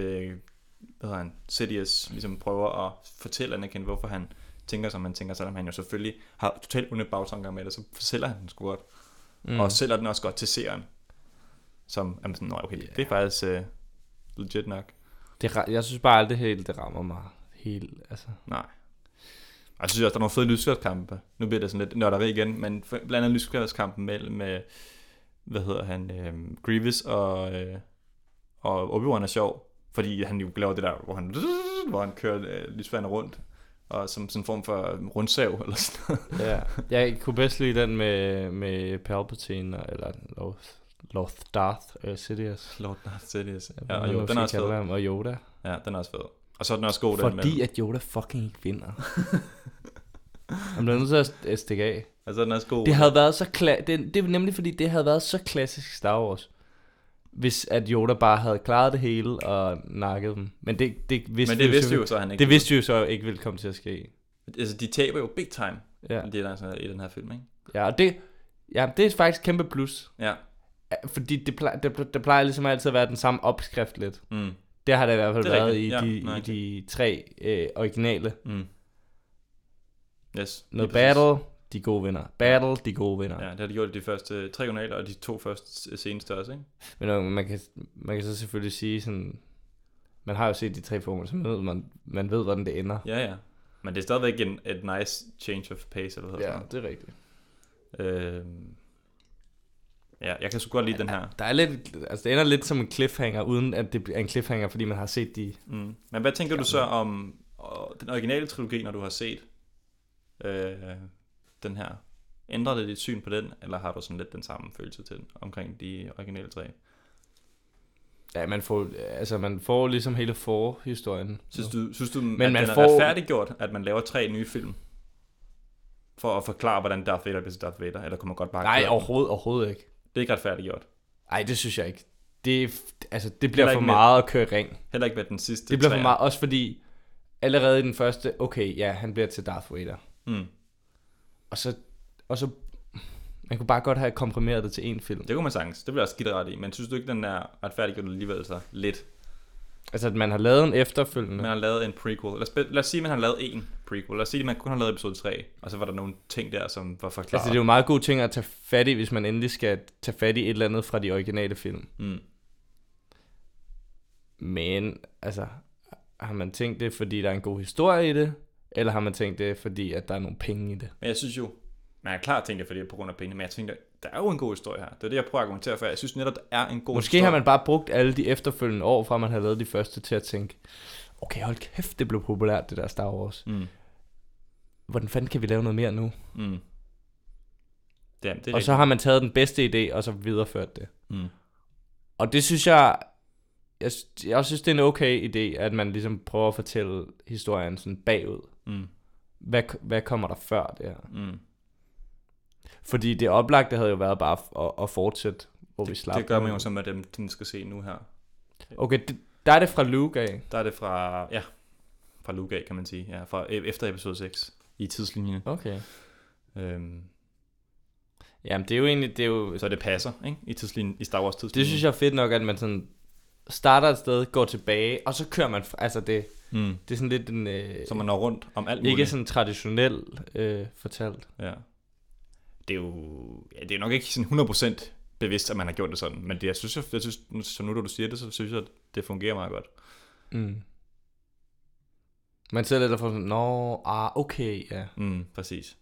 Speaker 1: Sidious ligesom prøver at fortælle Anakin, hvorfor han tænker, som han tænker, selvom han jo selvfølgelig har totalt onde bagtanker med det, så fortæller han den sgu godt. Og sælger den også godt til seeren. Som er sådan, okay, det er faktisk legit nok.
Speaker 2: Jeg synes bare aldrig helt, det rammer mig helt, altså.
Speaker 1: Nej. Og jeg synes også, der er nogle fede lysskærtskampe. Nu bliver det sådan lidt nørderi igen, men blandt andet lysskærtskampen mellem, hvad hedder han, Grievous og Obi-Wan er sjov, fordi han jo laver det der, hvor han kører lysfærden rundt, og som sådan en form for rundsav, eller sådan noget.
Speaker 2: Ja, jeg kunne bedst lide den med Palpatine, eller Lord Darth Sidious.
Speaker 1: Lord Darth Sidious.
Speaker 2: Ja, og den er også fed. Og Yoda.
Speaker 1: Ja, den er også fed. Og så er den også god.
Speaker 2: Fordi at Yoda fucking ikke vinder. Han bliver nødt til at stikke af.
Speaker 1: Altså den er også god.
Speaker 2: Det havde været så det er nemlig fordi det havde været så klassisk Star Wars. hvis at Yoda bare havde klaret det hele og nakket dem. Men det vidste
Speaker 1: vi jo så, han ikke.
Speaker 2: Det vidste vi jo så ikke ville komme til at ske.
Speaker 1: Altså, de taber jo big time, det er der i den her film, ikke?
Speaker 2: Ja, og det er faktisk kæmpe plus.
Speaker 1: Ja.
Speaker 2: Fordi det plejer ligesom altid at være den samme opskrift lidt.
Speaker 1: Mm.
Speaker 2: Det har det i hvert fald været i de 3 originale.
Speaker 1: Mm. Yes.
Speaker 2: Noget battle, de gode vinder. Battle, de gode vinder.
Speaker 1: Ja, det har de gjort i de første 3 originale, og de 2 første seneste også, ikke?
Speaker 2: Men man kan så selvfølgelig sige sådan... Man har jo set de 3 former, så man ved, hvordan det ender.
Speaker 1: Ja. Men det er stadigvæk et nice change of pace, eller hvad
Speaker 2: ja, det er rigtigt.
Speaker 1: Ja, jeg kan så godt lide den her.
Speaker 2: Der er lidt, altså det ender lidt som en cliffhanger, uden at det er en cliffhanger, fordi man har set de...
Speaker 1: Mm. Men hvad tænker du så om den originale trilogi, når du har set den her? Ændrer det dit syn på den, eller har du sådan lidt den samme følelse til den, omkring de originale 3?
Speaker 2: Ja, man får ligesom hele forhistorien.
Speaker 1: Synes du men at den er færdiggjort, at man laver 3 nye film? For at forklare, hvordan Darth Vader bliver til Darth Vader, eller kunne man godt bare...
Speaker 2: Nej, overhovedet ikke.
Speaker 1: Det er ikke retfærdiggjort.
Speaker 2: Nej, det synes jeg ikke. Det bliver for meget at køre ring.
Speaker 1: Heller ikke med den sidste.
Speaker 2: Det bliver for meget, også fordi allerede i den første, okay, ja, han bliver til Darth Vader.
Speaker 1: Mm.
Speaker 2: Og så man kunne bare godt have komprimeret det til en film.
Speaker 1: Det kunne man sagtens. Det bliver også skidt ret i. Men synes du ikke, den er retfærdiggjort alligevel så lidt?
Speaker 2: Altså, at man har lavet en efterfølgende.
Speaker 1: Man har lavet en prequel. Lad os sige, at man har lavet en prequel. Lad os sige, at man kun har lavet episode 3. Og så var der nogle ting der, som var forklaret.
Speaker 2: Altså, det er jo meget gode ting at tage fat i, hvis man endelig skal tage fat i et eller andet fra de originale film.
Speaker 1: Mm.
Speaker 2: Men, altså, har man tænkt det, fordi der er en god historie i det? Eller har man tænkt det, fordi at der er nogle penge i det?
Speaker 1: Men jeg synes jo, man er klart tænkt det, fordi det er på grund af pengene. Men jeg tænker, der er jo en god historie her. Det er det, jeg prøver at argumentere for. Jeg synes netop, der er en god
Speaker 2: Måske
Speaker 1: historie.
Speaker 2: har man bare brugt alle de efterfølgende år, fra man har lavet de første, til at tænke, okay, hold kæft, det blev populært, det der Star Wars.
Speaker 1: Mm.
Speaker 2: Hvordan fanden kan vi lave noget mere nu?
Speaker 1: Mm. Det er
Speaker 2: og rigtigt. Så har man taget den bedste idé, og så videreført det.
Speaker 1: Mm.
Speaker 2: Og det synes jeg synes, det er en okay idé, at man ligesom prøver at fortælle historien sådan bagud.
Speaker 1: Mm.
Speaker 2: Hvad kommer der før det her?
Speaker 1: Mm.
Speaker 2: Fordi det oplagte havde jo været bare at fortsætte, hvor vi slap.
Speaker 1: Det gør man jo så med dem, den skal se nu her.
Speaker 2: Okay, der er det fra Luke af.
Speaker 1: Der er det fra Luke af, kan man sige. Ja, fra efter episode 6 i tidslinjen.
Speaker 2: Okay. Jamen, det er jo egentlig...
Speaker 1: Så det passer, ikke? I tidslinjen, i Star Wars tidslinjen.
Speaker 2: Det synes jeg er fedt nok, at man sådan starter et sted, går tilbage, og så kører man... Altså, det er sådan lidt en...
Speaker 1: så man når rundt om alt muligt.
Speaker 2: Ikke sådan traditionelt fortalt.
Speaker 1: Ja. Det er jo nok ikke sådan 100% bevidst, at man har gjort det sådan. Men jeg synes, så nu, når du siger det, så synes jeg, at det fungerer meget godt.
Speaker 2: Mm. Man ser lidt derfor sådan, okay, ja.
Speaker 1: Præcis.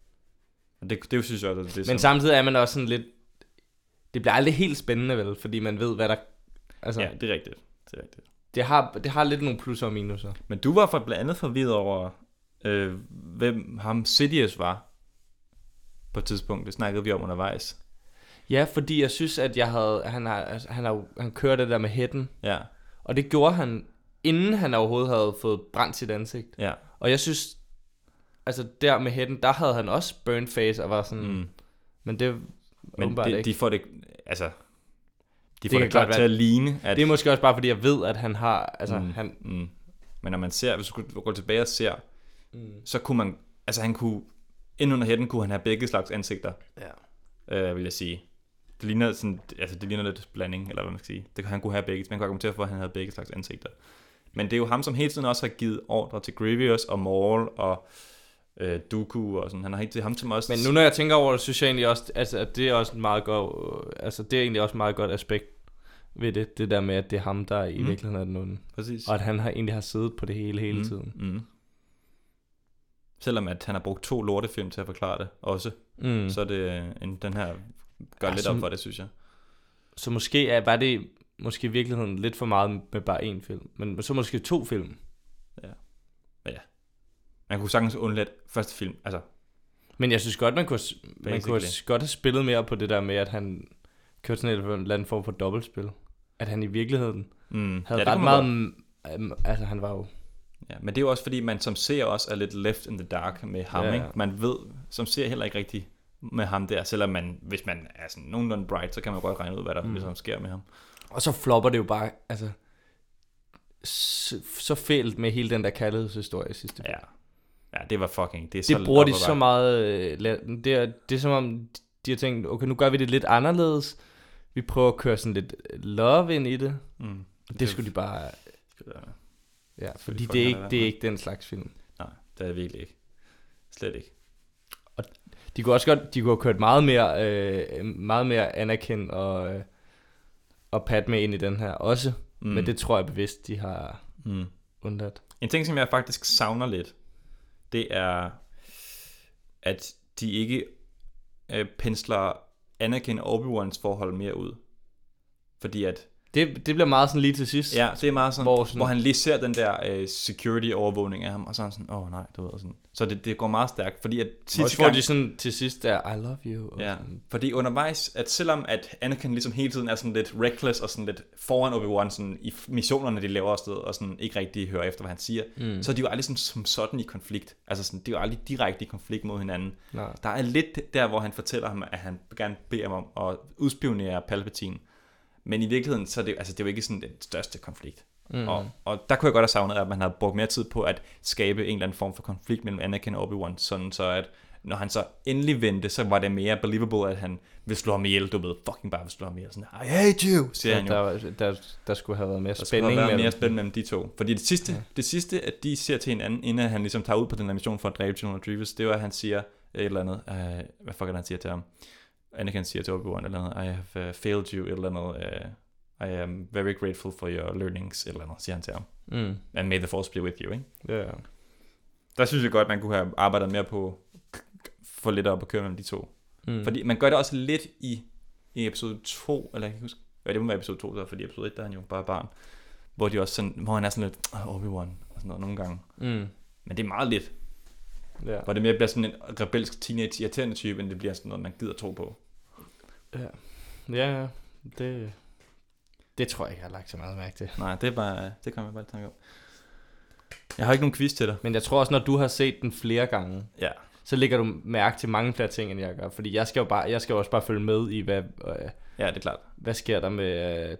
Speaker 1: Det synes jeg også, det er
Speaker 2: men samtidig er man også sådan lidt... Det bliver aldrig helt spændende, vel? Fordi man ved, hvad der... Altså,
Speaker 1: ja, det er rigtigt.
Speaker 2: Det har lidt nogle plusser og minuser.
Speaker 1: Men du var blandt andet forvirret over, hvem ham Sidious var på et tidspunkt. Det snakkede vi om undervejs.
Speaker 2: Ja, fordi jeg synes, at han kørte det der med hætten.
Speaker 1: Ja.
Speaker 2: Og det gjorde han, inden han overhovedet havde fået brændt sit ansigt.
Speaker 1: Ja.
Speaker 2: Og jeg synes, altså der med hætten, der havde han også burn face og var sådan... Men det
Speaker 1: de får det... Altså... De får det klart til at ligne, at...
Speaker 2: Det er måske også bare, fordi jeg ved, at han har... Altså,
Speaker 1: Men når man ser... Hvis du går tilbage og ser... Så kunne man... Altså, han kunne... Inden under hætten kunne han have begge slags ansigter.
Speaker 2: Ja.
Speaker 1: Vil jeg sige. Det ligner sådan... Altså, det ligner lidt blanding, eller hvad man skal sige. Han kunne have begge... Man kunne argumentere for, at han havde begge slags ansigter. Men det er jo ham, som hele tiden også har givet ordre til Grievous og Maul og... Dooku og sådan. Han har ikke til ham som også.
Speaker 2: Men nu når jeg tænker over det, synes jeg egentlig også, altså, at det er også en meget godt, altså det er egentlig også et meget godt aspekt ved det der med, at det er ham, der i virkeligheden er den onde.
Speaker 1: Præcis.
Speaker 2: Og at han egentlig har siddet på det hele tiden.
Speaker 1: Selvom at han har brugt 2 lortefilm til at forklare det også, så er det den her gør lidt op for det, synes jeg. Så
Speaker 2: måske var det måske i virkeligheden lidt for meget med bare én film, men så måske 2 film.
Speaker 1: Ja. Man kunne sagtens undlade første film, altså.
Speaker 2: Men jeg synes godt, man kunne godt have spillet mere på det der med, at han kørte sådan en eller anden form for dobbeltspil. At han i virkeligheden havde ret meget... Altså, han var jo...
Speaker 1: Ja, men det er jo også fordi, man som ser også er lidt left in the dark med ham, ikke? Man ved, som ser heller ikke rigtig med ham der, selvom hvis man er sådan nogenlunde bright, så kan man godt regne ud, hvad der ligesom sker med ham.
Speaker 2: Og så flopper det jo bare, altså, så fælt med hele den der kærlighedshistorie sidste film.
Speaker 1: Ja, det var fucking...
Speaker 2: Det bruger de så meget... Det er som om, de har tænkt, okay, nu gør vi det lidt anderledes. Vi prøver at køre sådan lidt love ind i det. Det skulle de bare... Ja, fordi det er ikke den slags film.
Speaker 1: Nej, det er det virkelig ikke. Slet ikke.
Speaker 2: Og de kunne også godt... De kunne have kørt meget mere Anakin og Padme ind i den her også. Men det tror jeg bevidst, de har undladt.
Speaker 1: En ting, som jeg faktisk savner lidt, det er, at de ikke pensler Anakin og Obi-Wans forhold mere ud. Fordi at...
Speaker 2: Det bliver meget sådan lige til sidst.
Speaker 1: Ja, det er meget sådan, hvor han lige ser den der security-overvågning af ham, og så er han sådan, nej, du ved sådan. Så det går meget stærkt, fordi at
Speaker 2: sidste gang... de sådan til sidst er, I love you.
Speaker 1: Ja, fordi undervejs, at selvom at Anakin ligesom hele tiden er sådan lidt reckless, og sådan lidt foran Obi-Wan, sådan i missionerne, de laver afsted, og sådan ikke rigtig hører efter, hvad han siger, så er de jo aldrig som sådan i konflikt. Altså sådan, de er jo aldrig direkte i konflikt mod hinanden. Nej. Der er lidt der, hvor han fortæller ham, at han gerne beder ham om at udspionere Palpatine. Men i virkeligheden, så er det, altså, det er jo ikke sådan den største konflikt. Og der kunne jeg godt have savnet, at man havde brugt mere tid på at skabe en eller anden form for konflikt mellem Anakin og Obi-Wan, sådan så at når han så endelig vendte, så var det mere believable, at han vil slå ham ihjel, du ved, fucking bare vil slå ham ihjel, sådan, I hate you, siger han
Speaker 2: jo. Der skulle have været mere spænding
Speaker 1: mellem. Der skulle have været mere spænding mellem de to. Fordi det sidste, at de siger til hinanden, inden han ligesom tager ud på den her mission for at dræbe General Grievous, det var, at han siger et eller andet, hvad fuck er det, han siger til ham? Anakin siger til Obi-Wan eller noget, I have failed you, eller noget, I am very grateful for your learnings, eller noget, siger han til ham. And may the force be with you, ikke?
Speaker 2: Yeah.
Speaker 1: Der synes jeg godt, man kunne have arbejdet mere på få lidt op at køre mellem de to. Fordi man gør det også lidt i episode 2, eller jeg kan huske, det må være episode 2, så, fordi episode 1, der er han jo bare barn, hvor de også sådan, hvor han er sådan lidt, Obi-Wan, og sådan noget nogle gange. Men det er meget lidt. Ja. Hvor det mere bliver sådan en rebelsk teenage irriterende type, end det bliver sådan noget, man gider tro på.
Speaker 2: Ja, det tror jeg ikke, jeg har lagt så meget mærke til.
Speaker 1: Nej, det kommer jeg bare i tanke om. Jeg har ikke nogen quiz til dig.
Speaker 2: Men jeg tror også, når du har set den flere gange, så lægger du mærke til mange flere ting, end jeg gør. Fordi jeg skal jo også bare følge med i, hvad...
Speaker 1: ja, det er klart.
Speaker 2: Hvad sker der med,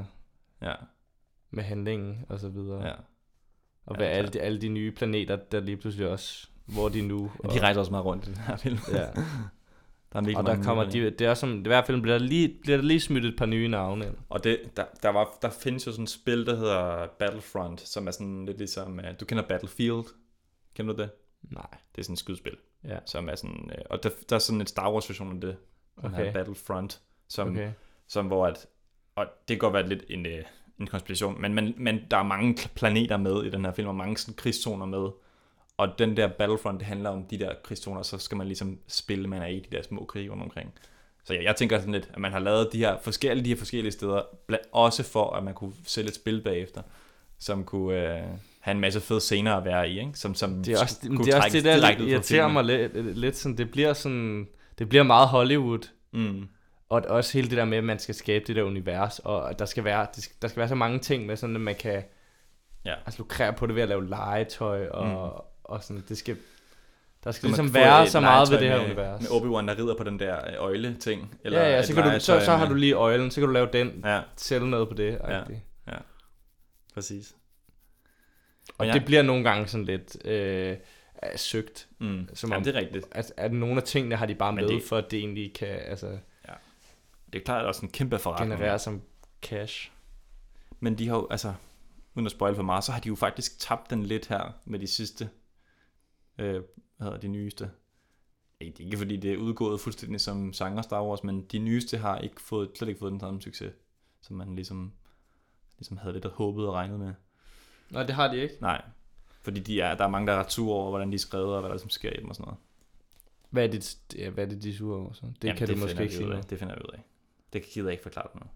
Speaker 2: med handlingen og så videre. Ja. Og hvad alle de nye planeter, der lige pludselig også... Hvor de nu...
Speaker 1: Og de rejser også meget rundt i den her film.
Speaker 2: Ja. Der kommer det er som i hvert fald bliver der lige smidt et par nye navne ind.
Speaker 1: Og der findes jo sådan et spil, der hedder Battlefront, som er sådan lidt ligesom, du kender Battlefield. Kender du det?
Speaker 2: Nej.
Speaker 1: Det er sådan et skydespil. Ja. Som er sådan, og der er sådan et Star Wars version af det. Okay. Battlefront, som hvor at, og det kan godt være lidt en konspiration, men der er mange planeter med i den her film, og mange sådan krigszoner med. Og den der Battlefront, det handler om de der krigszoner, så skal man ligesom spille, man er i de der små krige rundt omkring. Så jeg tænker sådan lidt, at man har lavet de her forskellige steder, også for at man kunne sælge et spil bagefter, som kunne have en masse fede scener at være i, ikke? Som
Speaker 2: det er også det der irriterer mig lidt sådan, det bliver meget Hollywood. Og også hele det der med, at man skal skabe det der univers, og der skal være så mange ting med sådan, at man kan lukrere på det ved at lave legetøj og sådan, der skal ligesom være så meget ved det her univers.
Speaker 1: Med Obi-Wan, der rider på den der øjle-ting.
Speaker 2: Eller så har du lige øjlen, så kan du lave den, sælge noget på det.
Speaker 1: Ja, præcis.
Speaker 2: Og det bliver nogle gange sådan lidt søgt.
Speaker 1: Som om, det er rigtigt.
Speaker 2: At nogle af tingene har de bare med, for at det egentlig kan... Altså,
Speaker 1: det er klart også en kæmpe forretning.
Speaker 2: Generere som cash.
Speaker 1: Men de har jo, altså... uden at spoil for meget, så har de jo faktisk tabt den lidt her med de sidste, hvad hedder de nyeste. Det er ikke fordi det er udgået fuldstændig som sanger Star Wars, men de nyeste har slet ikke fået den samme succes, som man ligesom havde lidt håbet og regnet med.
Speaker 2: Nej, det har de ikke.
Speaker 1: Nej, fordi der er mange, der er ret sure over, hvordan de er skrevet, og hvad der som sker i dem og sådan noget.
Speaker 2: Hvad er det de er sure over så? Det kan du måske ikke sige.
Speaker 1: Det finder jeg ud af. Det gider jeg ikke forklare noget.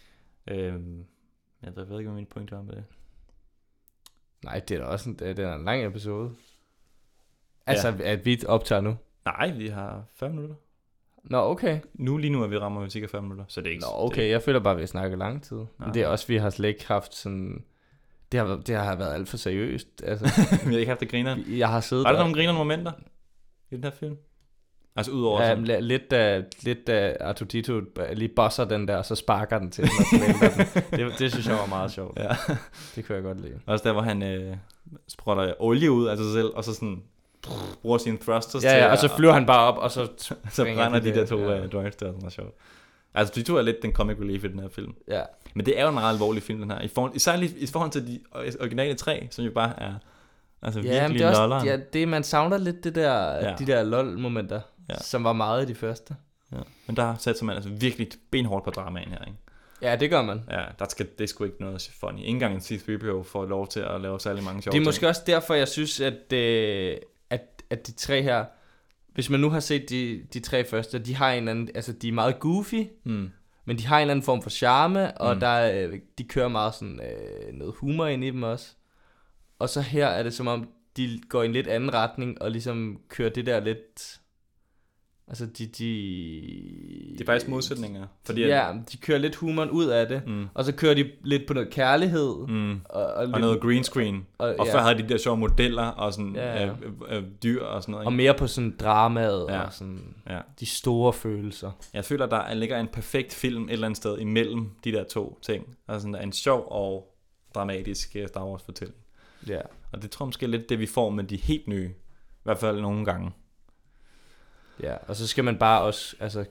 Speaker 1: Jeg ved ikke, hvad min point er med det. Nej,
Speaker 2: det er da også det er en lang episode. Altså, at vi optager nu?
Speaker 1: Nej, vi har 40 minutter.
Speaker 2: Nå, okay.
Speaker 1: Lige nu er vi rammer cirka 40 minutter, så det er ikke...
Speaker 2: Nå, okay, jeg føler bare, at vi snakker lang tid. Men det er også, vi har slet ikke haft sådan... Det har været alt for seriøst. Altså,
Speaker 1: vi har ikke haft det griner.
Speaker 2: Jeg har siddet
Speaker 1: der nogle griner momenter i den her film? Altså udover sådan...
Speaker 2: Lidt da Artudito lige bosser den der, så sparker den til den, og så vælter den. Det synes jeg var meget sjovt.
Speaker 1: Ja.
Speaker 2: Det kunne jeg godt lide.
Speaker 1: Også der, hvor han sprutter olie ud af sig selv, og så sådan bruger sine thrusters til...
Speaker 2: Ja, og så flyver han bare op, og så
Speaker 1: brænder de der to droids der, som er sjovt. Altså, de to er lidt den comic relief i den her film.
Speaker 2: Ja.
Speaker 1: Men det er jo en meget alvorlig film, den her. Især i forhold til de originale 3, som jo bare er altså virkelig lolleren.
Speaker 2: Ja, det man savner lidt det der, de der lol-momenter, som var meget i de første.
Speaker 1: Ja. Men der sætter man altså virkelig benhårdt på dramaen her, ikke?
Speaker 2: Ja, det gør man.
Speaker 1: Ja, det er sgu ikke noget funny. Ingen gang en C-3PO får lov til at lave særlig mange sjove ting.
Speaker 2: Det er måske også derfor, jeg synes, at de tre her, hvis man nu har set de tre første, de har en eller anden, altså de er meget goofy, men de har en eller anden form for charme, og de kører meget sådan noget humor ind i dem også. Og så her er det som om, de går i en lidt anden retning, og ligesom kører det der lidt... Altså de
Speaker 1: er faktisk modsætninger. Fordi
Speaker 2: de kører lidt humoren ud af det, og så kører de lidt på noget kærlighed.
Speaker 1: Og noget green screen. Og før havde de der sjove modeller, og sådan dyr og sådan noget. Ikke?
Speaker 2: Og mere på sådan dramaet, og sådan de store følelser.
Speaker 1: Jeg føler, der ligger en perfekt film et eller andet sted imellem de der to ting. Altså sådan en sjov og dramatisk Star Wars fortælling.
Speaker 2: Ja.
Speaker 1: Og det tror jeg måske lidt det, vi får med de helt nye. I hvert fald nogle gange.
Speaker 2: Ja, og så skal man bare også altså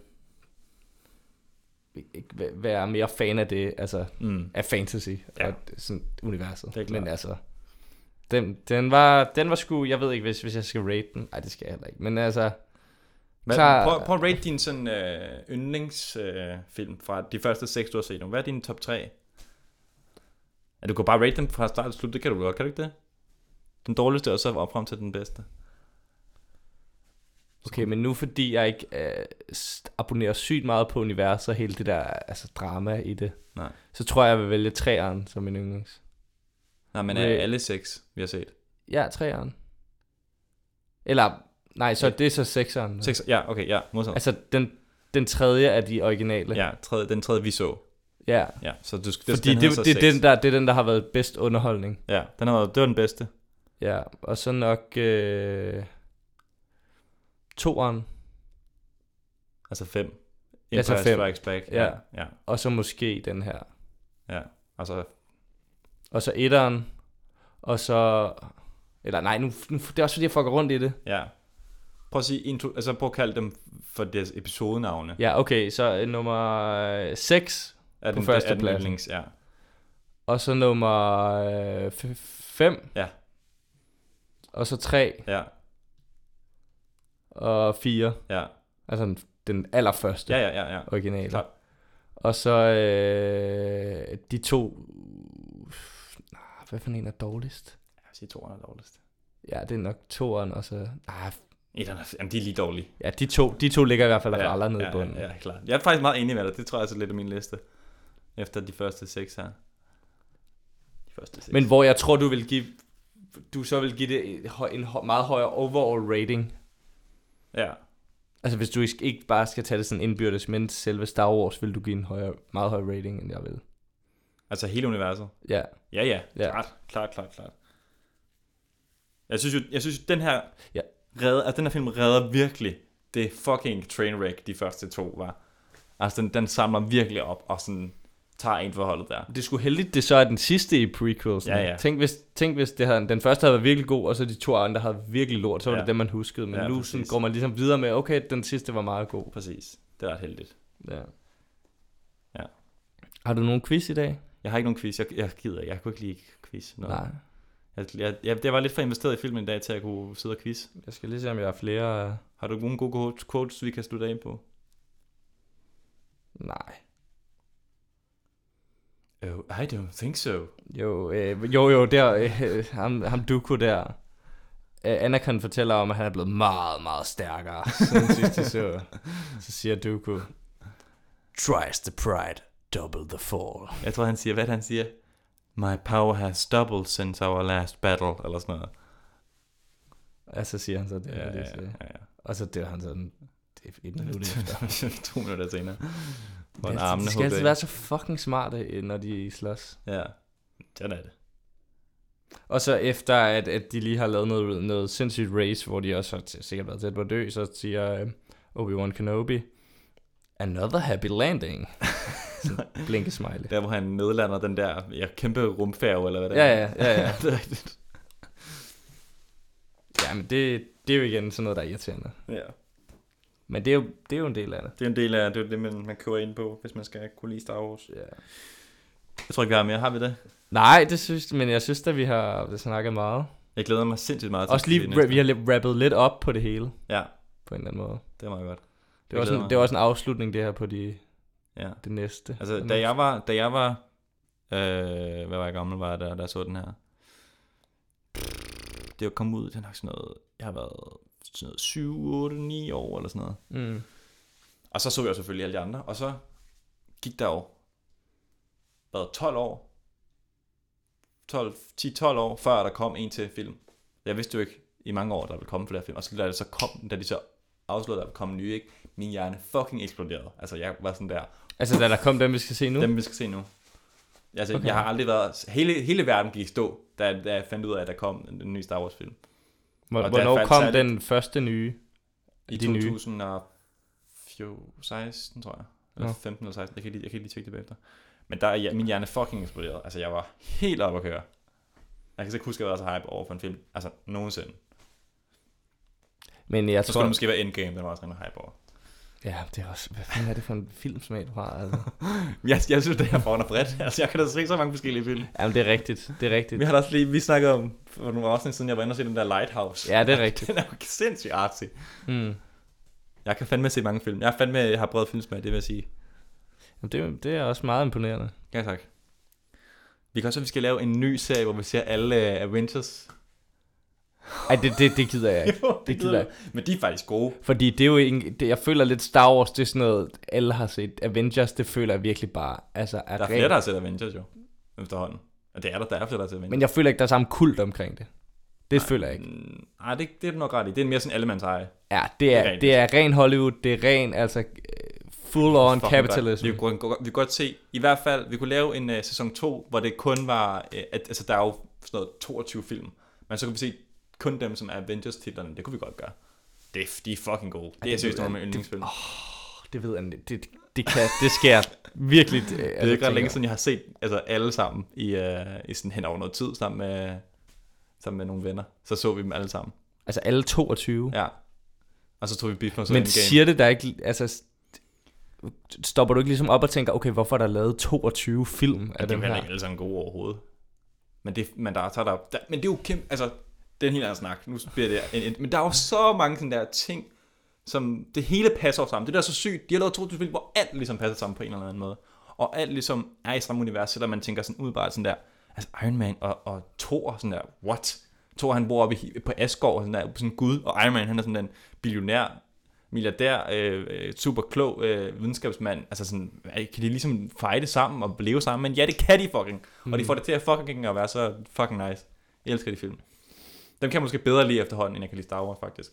Speaker 2: være mere fan af det, altså af fantasy og sådan universet.
Speaker 1: Det
Speaker 2: men altså den var sgu, jeg ved ikke hvis jeg skal rate den. Nej, det skal jeg heller ikke. Men altså
Speaker 1: prøv at rate din sådan yndlingsfilm fra de første 6 du har set. Hvad er din top 3? Ja, du kan bare rate dem fra start til slut, det kan du godt, kan du ikke det? Den dårligste og så op frem til den bedste.
Speaker 2: Okay, men nu fordi jeg ikke abonnerer sygt meget på universet og hele det der altså drama i det, så tror jeg vil vælge 3'eren som min yndlings.
Speaker 1: Nej, men er alle 6 vi har set?
Speaker 2: Ja, 3'eren. Eller nej, så det er så 6'eren.
Speaker 1: 6, ja, okay, ja, modsat.
Speaker 2: Altså den tredje af de originale.
Speaker 1: Ja, den tredje vi så.
Speaker 2: Ja.
Speaker 1: Ja, så du
Speaker 2: fordi det er den der har været bedst underholdning.
Speaker 1: Ja, det var den bedste.
Speaker 2: Ja, og så nok 2'eren.
Speaker 1: Altså 5.
Speaker 2: Altså 5.
Speaker 1: Strikes Back.
Speaker 2: Ja. Og så måske den her.
Speaker 1: Ja, altså.
Speaker 2: Og så 1'eren. Og så... Eller nej, nu det er også fordi, jeg fucker rundt i det.
Speaker 1: Ja. Prøv at sige, prøv at kalde dem for deres episodenavne.
Speaker 2: Ja, okay, så nummer 6
Speaker 1: er
Speaker 2: på første plads.
Speaker 1: Ja.
Speaker 2: Og så nummer 5.
Speaker 1: Ja.
Speaker 2: Og så 3.
Speaker 1: Ja.
Speaker 2: Og 4.
Speaker 1: Ja.
Speaker 2: Altså den allerførste.
Speaker 1: Ja.
Speaker 2: Originale.
Speaker 1: Klart.
Speaker 2: Og så de to... Hvad for en er dårligst?
Speaker 1: Jeg vil sige 2'eren er dårligst.
Speaker 2: Ja, det er nok 2'eren, og så...
Speaker 1: Jamen, de er lige dårlige.
Speaker 2: Ja, de to ligger i hvert fald raller nede i bunden.
Speaker 1: Ja, klart. Jeg er faktisk meget enig med dig. Det tror jeg altså lidt af min liste. Efter de første 6 her. De første 6.
Speaker 2: Men hvor jeg tror, du vil give det en meget højere overall rating.
Speaker 1: Ja. Altså
Speaker 2: hvis du ikke bare skal tage det sådan indbyrdes, men selve Star Wars, vil du give en meget højere rating, end jeg vil.
Speaker 1: Altså hele universet?
Speaker 2: Ja.
Speaker 1: Ja. Klart. Jeg synes den her den her film redder virkelig det fucking trainwreck, de første 2 var. Altså den samler virkelig op og sådan tager en forholdet der.
Speaker 2: Det er sgu heldigt, det så er den sidste i prequels.
Speaker 1: Ja.
Speaker 2: Tænk hvis den første havde været virkelig god, og så de 2 andre havde virkelig lort, så var det dem, man huskede. Men nu sådan går man ligesom videre med, okay, den sidste var meget god.
Speaker 1: Præcis. Det er ret heldigt.
Speaker 2: Ja.
Speaker 1: Ja.
Speaker 2: Har du nogen quiz i dag?
Speaker 1: Jeg har ikke nogen quiz. Jeg gider. Jeg kunne ikke lide quiz.
Speaker 2: Nej.
Speaker 1: Jeg var lidt for investeret i filmen i dag, til at kunne sidde og quiz.
Speaker 2: Jeg skal lige se, om jeg har flere...
Speaker 1: Har du nogle gode quotes, vi kan slutte af på?
Speaker 2: Nej.
Speaker 1: Oh, I don't think so.
Speaker 2: Jo, der, ham Dooku der. Anakin fortæller om, at han er blevet meget, meget stærkere siden sidst så siger Dooku, thrice the pride, double the fall.
Speaker 1: Jeg tror, han siger, hvad han siger? My power has doubled since our last battle, eller sådan noget.
Speaker 2: Ja, så siger han så det.
Speaker 1: Ja.
Speaker 2: Og så dør han sådan 1 minut efter.
Speaker 1: 2 minutter senere.
Speaker 2: De skal altid være så fucking smarte, når de slås.
Speaker 1: Ja, sådan er det.
Speaker 2: Og så efter, at de lige har lavet noget sindssygt race, hvor de også har sikkert været tæt på at dø, så siger Obi-Wan Kenobi. Another happy landing. Blinkesmiley.
Speaker 1: Der hvor han nedlander den der kæmpe rumfærge, eller hvad det
Speaker 2: er.
Speaker 1: Ja.
Speaker 2: Det er rigtigt. Ja, men det er jo igen sådan noget, der er irriterende.
Speaker 1: Ja.
Speaker 2: Men det er jo en del af det.
Speaker 1: Det er en del af det, man kører ind på, hvis man skal kunne lide Star Wars.
Speaker 2: Ja.
Speaker 1: Jeg tror ikke, vi har mere. Har vi det?
Speaker 2: Nej, men jeg synes at vi har snakket meget.
Speaker 1: Jeg glæder mig sindssygt meget til
Speaker 2: også lige, vi har rappet lidt op på det hele.
Speaker 1: Ja.
Speaker 2: På en eller anden måde.
Speaker 1: Det er meget godt.
Speaker 2: Det var også en afslutning, det her på det næste.
Speaker 1: Altså, da jeg var hvad var jeg gammel, var jeg der så den her. Det var kommet ud, det er nok sådan noget, jeg har været sådan noget 7, 8, 9 år eller sådan noget.
Speaker 2: Mm.
Speaker 1: Og så så jeg selvfølgelig alle de andre, og så gik der jo 12 år, 10-12 år, før der kom en til film. Jeg vidste jo ikke i mange år, der ville komme flere film, og så da de så afslørede, der ville komme nye, ikke? Min hjerne fucking eksploderede. Altså, jeg var sådan der.
Speaker 2: Altså, da der kom dem, vi skal se nu?
Speaker 1: Dem, vi skal se nu. Altså, okay. Jeg har aldrig været... Hele verden gik i stå, da jeg fandt ud af, at der kom en ny Star Wars film.
Speaker 2: Hvornår kom den første nye?
Speaker 1: I 2016, tror jeg. Eller 15 eller 16. Jeg kan lige tjekke det bagefter. Men min hjerne fucking eksploderet. Altså, jeg var helt oppe at køre. Jeg kan ikke huske, at jeg var så hype over for en film. Altså, nogensinde.
Speaker 2: Men jeg
Speaker 1: så skulle det måske være Endgame, den var også rigtig hype over.
Speaker 2: Ja, det er også... Hvad fanden er det for en filmsmag, du har? Altså?
Speaker 1: jeg synes, det her får bredt. Altså, jeg kan da se så mange forskellige film.
Speaker 2: Jamen, det er rigtigt. Vi
Speaker 1: har da også vi snakkede om, for nogle afsnit siden, jeg var inde og se den der Lighthouse.
Speaker 2: Ja, det er rigtigt.
Speaker 1: Den er jo sindssygt artsy. Mm. Jeg kan fandme se mange film. Jeg har bred filmsmag, det vil jeg sige.
Speaker 2: Jamen, det er også meget imponerende.
Speaker 1: Ja, tak. Vi kan også, at vi skal lave en ny serie, hvor vi ser alle Avengers.
Speaker 2: Ej, det gider jeg ikke.
Speaker 1: Jo, det gider jeg. Men de er faktisk gode.
Speaker 2: Fordi det er jo ikke... jeg føler lidt Star Wars, det er sådan noget, alle har set. Avengers, det føler jeg virkelig bare... Altså,
Speaker 1: der er flere, der har set Avengers jo. Efterhånden. Og det er der er flere, der har set Avengers.
Speaker 2: Men jeg føler ikke, der er samme kult omkring det. Det føler jeg ikke.
Speaker 1: Nej, det er det nok ret i. Det er mere sådan allemands eje.
Speaker 2: Ja, det er ren Hollywood. Det er ren, altså... Full on capitalism.
Speaker 1: Vi kunne godt se... I hvert fald, vi kunne lave en sæson 2, hvor det kun var... altså, der er jo sådan noget 22 film. Men så kunne vi se... kun dem, som er Avengers-titlerne, det kunne vi godt gøre. De er fucking gode. Det er seriøst nogle af mine yndlingsfilm.
Speaker 2: Det ved jeg, det sker virkelig.
Speaker 1: Det er ikke ret længe siden, jeg har set alle sammen i sådan hen over noget tid, sammen med nogle venner. Så vi dem alle sammen.
Speaker 2: Altså alle 22?
Speaker 1: Ja. Og så tog vi Beef
Speaker 2: Men siger det der ikke, altså... Stopper du ikke ligesom op og tænker, okay, hvorfor er der lavet 22 film af dem her?
Speaker 1: Det er ikke alle sammen gode overhovedet. Men det er jo kæmpe... Altså, det er en helt anden snak. Nu bliver det men der er jo så mange sådan der ting, som det hele passer sammen. Det der er så sygt. De har lavet 22 film, hvor alt ligesom passer sammen på en eller anden måde. Og alt ligesom er i samme univers, selvom man tænker sådan udebart sådan der, altså Iron Man og Thor, sådan der, what? Thor, han bor oppe på Asgård, sådan der, på sådan en gud, og Iron Man, han er sådan en billionær, milliardær, super klog videnskabsmand. Altså sådan, kan de ligesom fighte sammen og leve sammen? Men ja, det kan de fucking. Og de får det til at fucking at være så fucking nice. Jeg elsker de film. Dem kan jeg måske bedre lide efterhånden, end jeg kan lide Star Wars, faktisk.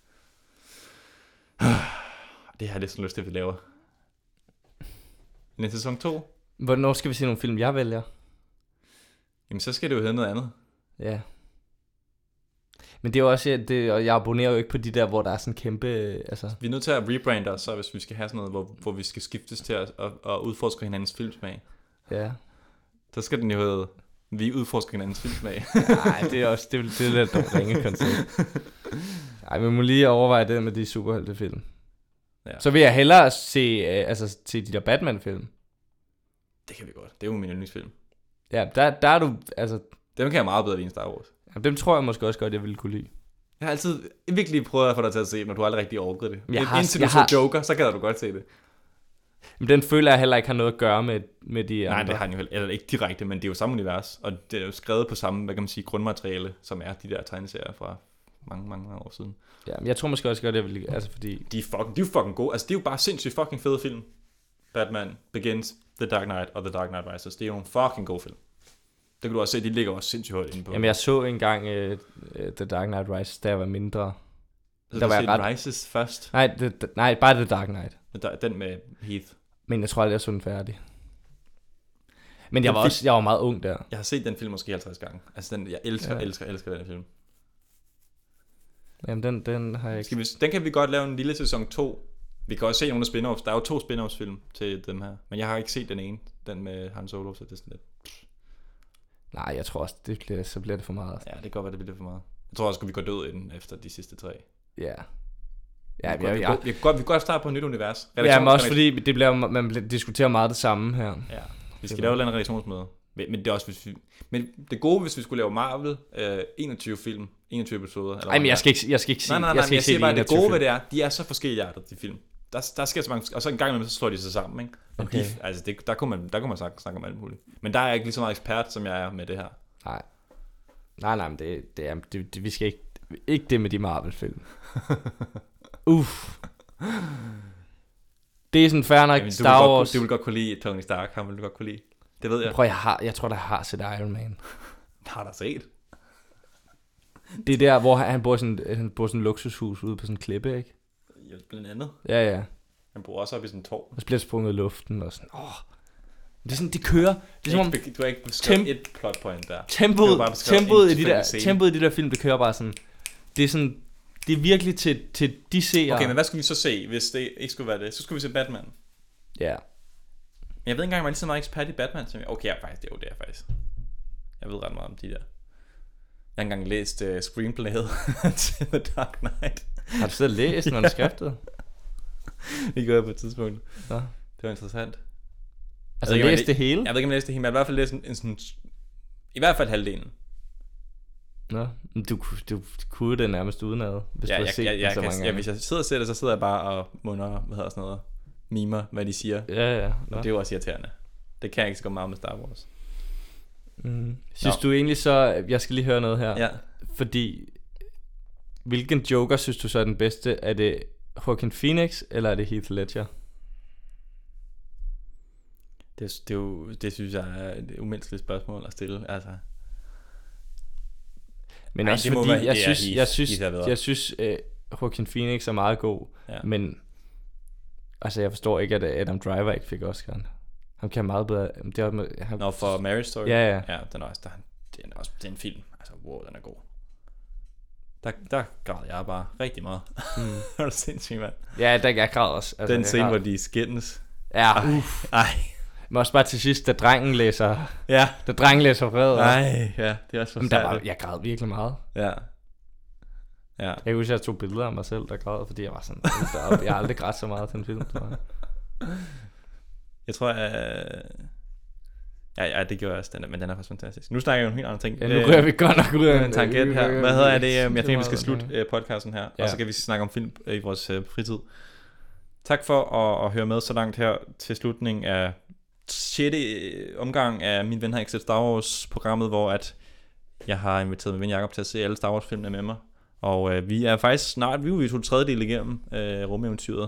Speaker 1: Det har jeg lidt sådan lyst til, at vi laver. Næste sæson 2.
Speaker 2: Hvornår skal vi se nogle film, jeg vælger?
Speaker 1: Jamen, så skal det jo hedde noget andet.
Speaker 2: Ja. Men det er jo også, jeg abonnerer jo ikke på de der, hvor der er sådan kæmpe... Altså...
Speaker 1: Vi er nødt til at rebrande os, så hvis vi skal have sådan noget, hvor vi skal skiftes til at udforske hinandens filmsmag.
Speaker 2: Ja.
Speaker 1: Så skal den jo hedde... Vi udforsker hinandens filmsmag.
Speaker 2: Nej, det er også det lidt dumt ringe koncept. Ej, vi må lige overveje det med de superheltefilm. Ja. Så vil jeg hellere se de der Batman-film.
Speaker 1: Det kan vi godt. Det er jo min yndlingsfilm.
Speaker 2: Ja, der er du... Altså...
Speaker 1: Dem kan jeg meget bedre lide end Star Wars.
Speaker 2: Ja, dem tror jeg måske også godt, jeg ville kunne lide.
Speaker 1: Jeg har altid virkelig prøvet at få dig til at se, når du aldrig rigtig overgået det. Indtil du så Joker, så kan du godt se det.
Speaker 2: Men den føler jeg heller ikke har noget at gøre med de andre.
Speaker 1: Nej, det har den jo heller ikke direkte, men det er jo samme univers. Og det er jo skrevet på samme, hvad kan man sige, grundmateriale, som er de der tegneserier fra mange år siden.
Speaker 2: Ja, men jeg tror måske også godt, jeg vil lide, altså fordi...
Speaker 1: De er jo fucking gode. Altså, det er jo bare sindssygt fucking fede film. Batman Begins, The Dark Knight og The Dark Knight Rises. Det er jo en fucking god film. Det kan du også se, de ligger også sindssygt højt inde på.
Speaker 2: Jamen, jeg så engang The Dark Knight Rises, da jeg var mindre.
Speaker 1: Så der var Rises først?
Speaker 2: Nej, bare The Dark Knight.
Speaker 1: Den med Heath.
Speaker 2: Men jeg tror aldrig, jeg så den færdig. Men jeg var meget ung der.
Speaker 1: Jeg har set den film måske 50 gange. Altså, jeg elsker den film.
Speaker 2: Jamen, den har jeg ikke...
Speaker 1: Den kan vi godt lave en lille sæson 2, Vi kan også se nogle af spin-offs. Der er jo 2 spin-offs film til dem her. Men jeg har ikke set den ene. Den med Han Solo, så det er sådan lidt...
Speaker 2: Nej, jeg tror også, så bliver det for meget.
Speaker 1: Ja, det kan godt være, det bliver for meget. Jeg tror også, at vi går død inden efter de sidste 3.
Speaker 2: Ja.
Speaker 1: Ja, vi kan godt starte på et nyt univers.
Speaker 2: Ja, men også fordi det bliver, man diskuterer meget det samme her.
Speaker 1: Ja, vi skal lave et redaktionsmøde. Men det er også, hvis vi... Men det gode, hvis vi skulle lave Marvel, 21 film, 21 episoder...
Speaker 2: Nej, men jeg skal ikke sige...
Speaker 1: Nej, jeg siger bare, det gode ved det er, de er så forskellige arter, de film. Der sker så mange... Og så en gang imellem, så slår de sig sammen, ikke?
Speaker 2: Okay.
Speaker 1: Der kunne man snakke om alt muligt. Men der er jeg ikke lige så meget ekspert, som jeg er med det her.
Speaker 2: Nej, men vi skal ikke det med de Marvel-film. Det er sådan fair nok. Star Wars.
Speaker 1: Du vil godt kunne lide Tony Stark, han vil du godt kunne lide. Det ved jeg.
Speaker 2: Prøv, jeg tror, der har set Iron Man.
Speaker 1: Har der set?
Speaker 2: Det er der, hvor han bor i sådan et luksushus ude på sådan en klippe, ikke?
Speaker 1: Ja, blandt andet.
Speaker 2: Ja.
Speaker 1: Han bor også oppe i sådan en tårn.
Speaker 2: Og så bliver sprunget i luften og sådan. Det er sådan, det kører. Det er som om,
Speaker 1: du har ikke beskrevet et plot point der.
Speaker 2: Tempoet i de der film, det kører bare sådan. Det er sådan, det er virkelig til de seere.
Speaker 1: Okay, men hvad skulle vi så se, hvis det ikke skulle være det? Så skulle vi se Batman.
Speaker 2: Ja.
Speaker 1: Men jeg ved ikke engang, om jeg er lige så meget ekspert i Batman. Okay, det er faktisk. Jeg ved ret meget om de der. Jeg har engang læst screenplayet til The Dark Knight.
Speaker 2: Har du selv læst manuskriptet?
Speaker 1: Det gjorde jeg på et tidspunkt.
Speaker 2: Ja.
Speaker 1: Det var interessant.
Speaker 2: Altså læste det hele?
Speaker 1: Jeg ved ikke, om jeg læste det hele, men jeg har i hvert fald læst en sådan... I hvert fald halvdelen.
Speaker 2: Nå, du kunne det nærmest udenad, hvis du har set det så mange gange.
Speaker 1: Ja, hvis jeg sidder og ser det, så sidder jeg bare og munder, sådan noget, mimer, hvad de siger.
Speaker 2: Ja.
Speaker 1: Og det er jo også irriterende. Det kan jeg ikke så godt meget med Star Wars.
Speaker 2: Synes du egentlig så, jeg skal lige høre noget her.
Speaker 1: Ja.
Speaker 2: Fordi, hvilken Joker synes du så er den bedste? Er det Joaquin Phoenix, eller er det Heath Ledger?
Speaker 1: Det synes jeg er et umenneskeligt spørgsmål at stille. Altså.
Speaker 2: Men også fordi, jeg synes Joaquin Phoenix er meget god. Ja. Men altså, jeg forstår ikke, at Adam Driver ikke fik Oscar'en. Han kan meget bedre.
Speaker 1: For Marriage Story?
Speaker 2: Ja.
Speaker 1: Ja, den er også en film. Altså, wow, den er god. Der græd jeg bare rigtig meget. Er du sindssygt, mand?
Speaker 2: Ja, jeg græd også.
Speaker 1: Altså, den scene, hvor de skændes.
Speaker 2: Ja,
Speaker 1: Ej.
Speaker 2: Men også bare til sidst, da drengen læser fred.
Speaker 1: Nej, ja, det er også forfærdeligt.
Speaker 2: Jeg græd virkelig meget.
Speaker 1: Ja.
Speaker 2: Jeg kan huske, at jeg tog billeder af mig selv, der græd, fordi jeg var sådan, jeg har aldrig grædt så meget til en film, tror jeg.
Speaker 1: Jeg tror, ja, det gjorde jeg også, men den er faktisk fantastisk. Nu snakker jeg jo en helt anden ting.
Speaker 2: Ja, nu rører vi godt nok ud af
Speaker 1: en tangent her. Hvad hedder det? Jeg tænker, vi skal slutte podcasten her, og så kan vi snakke om film i vores fritid. Tak for at høre med så langt her til slutningen af 6. omgang af Min Ven Har Ikke Set Star Wars programmet, hvor at jeg har inviteret min ven Jacob til at se alle Star Wars filmene med mig. Og vi er faktisk snart, vi er jo 2/3 igennem rumeventyret.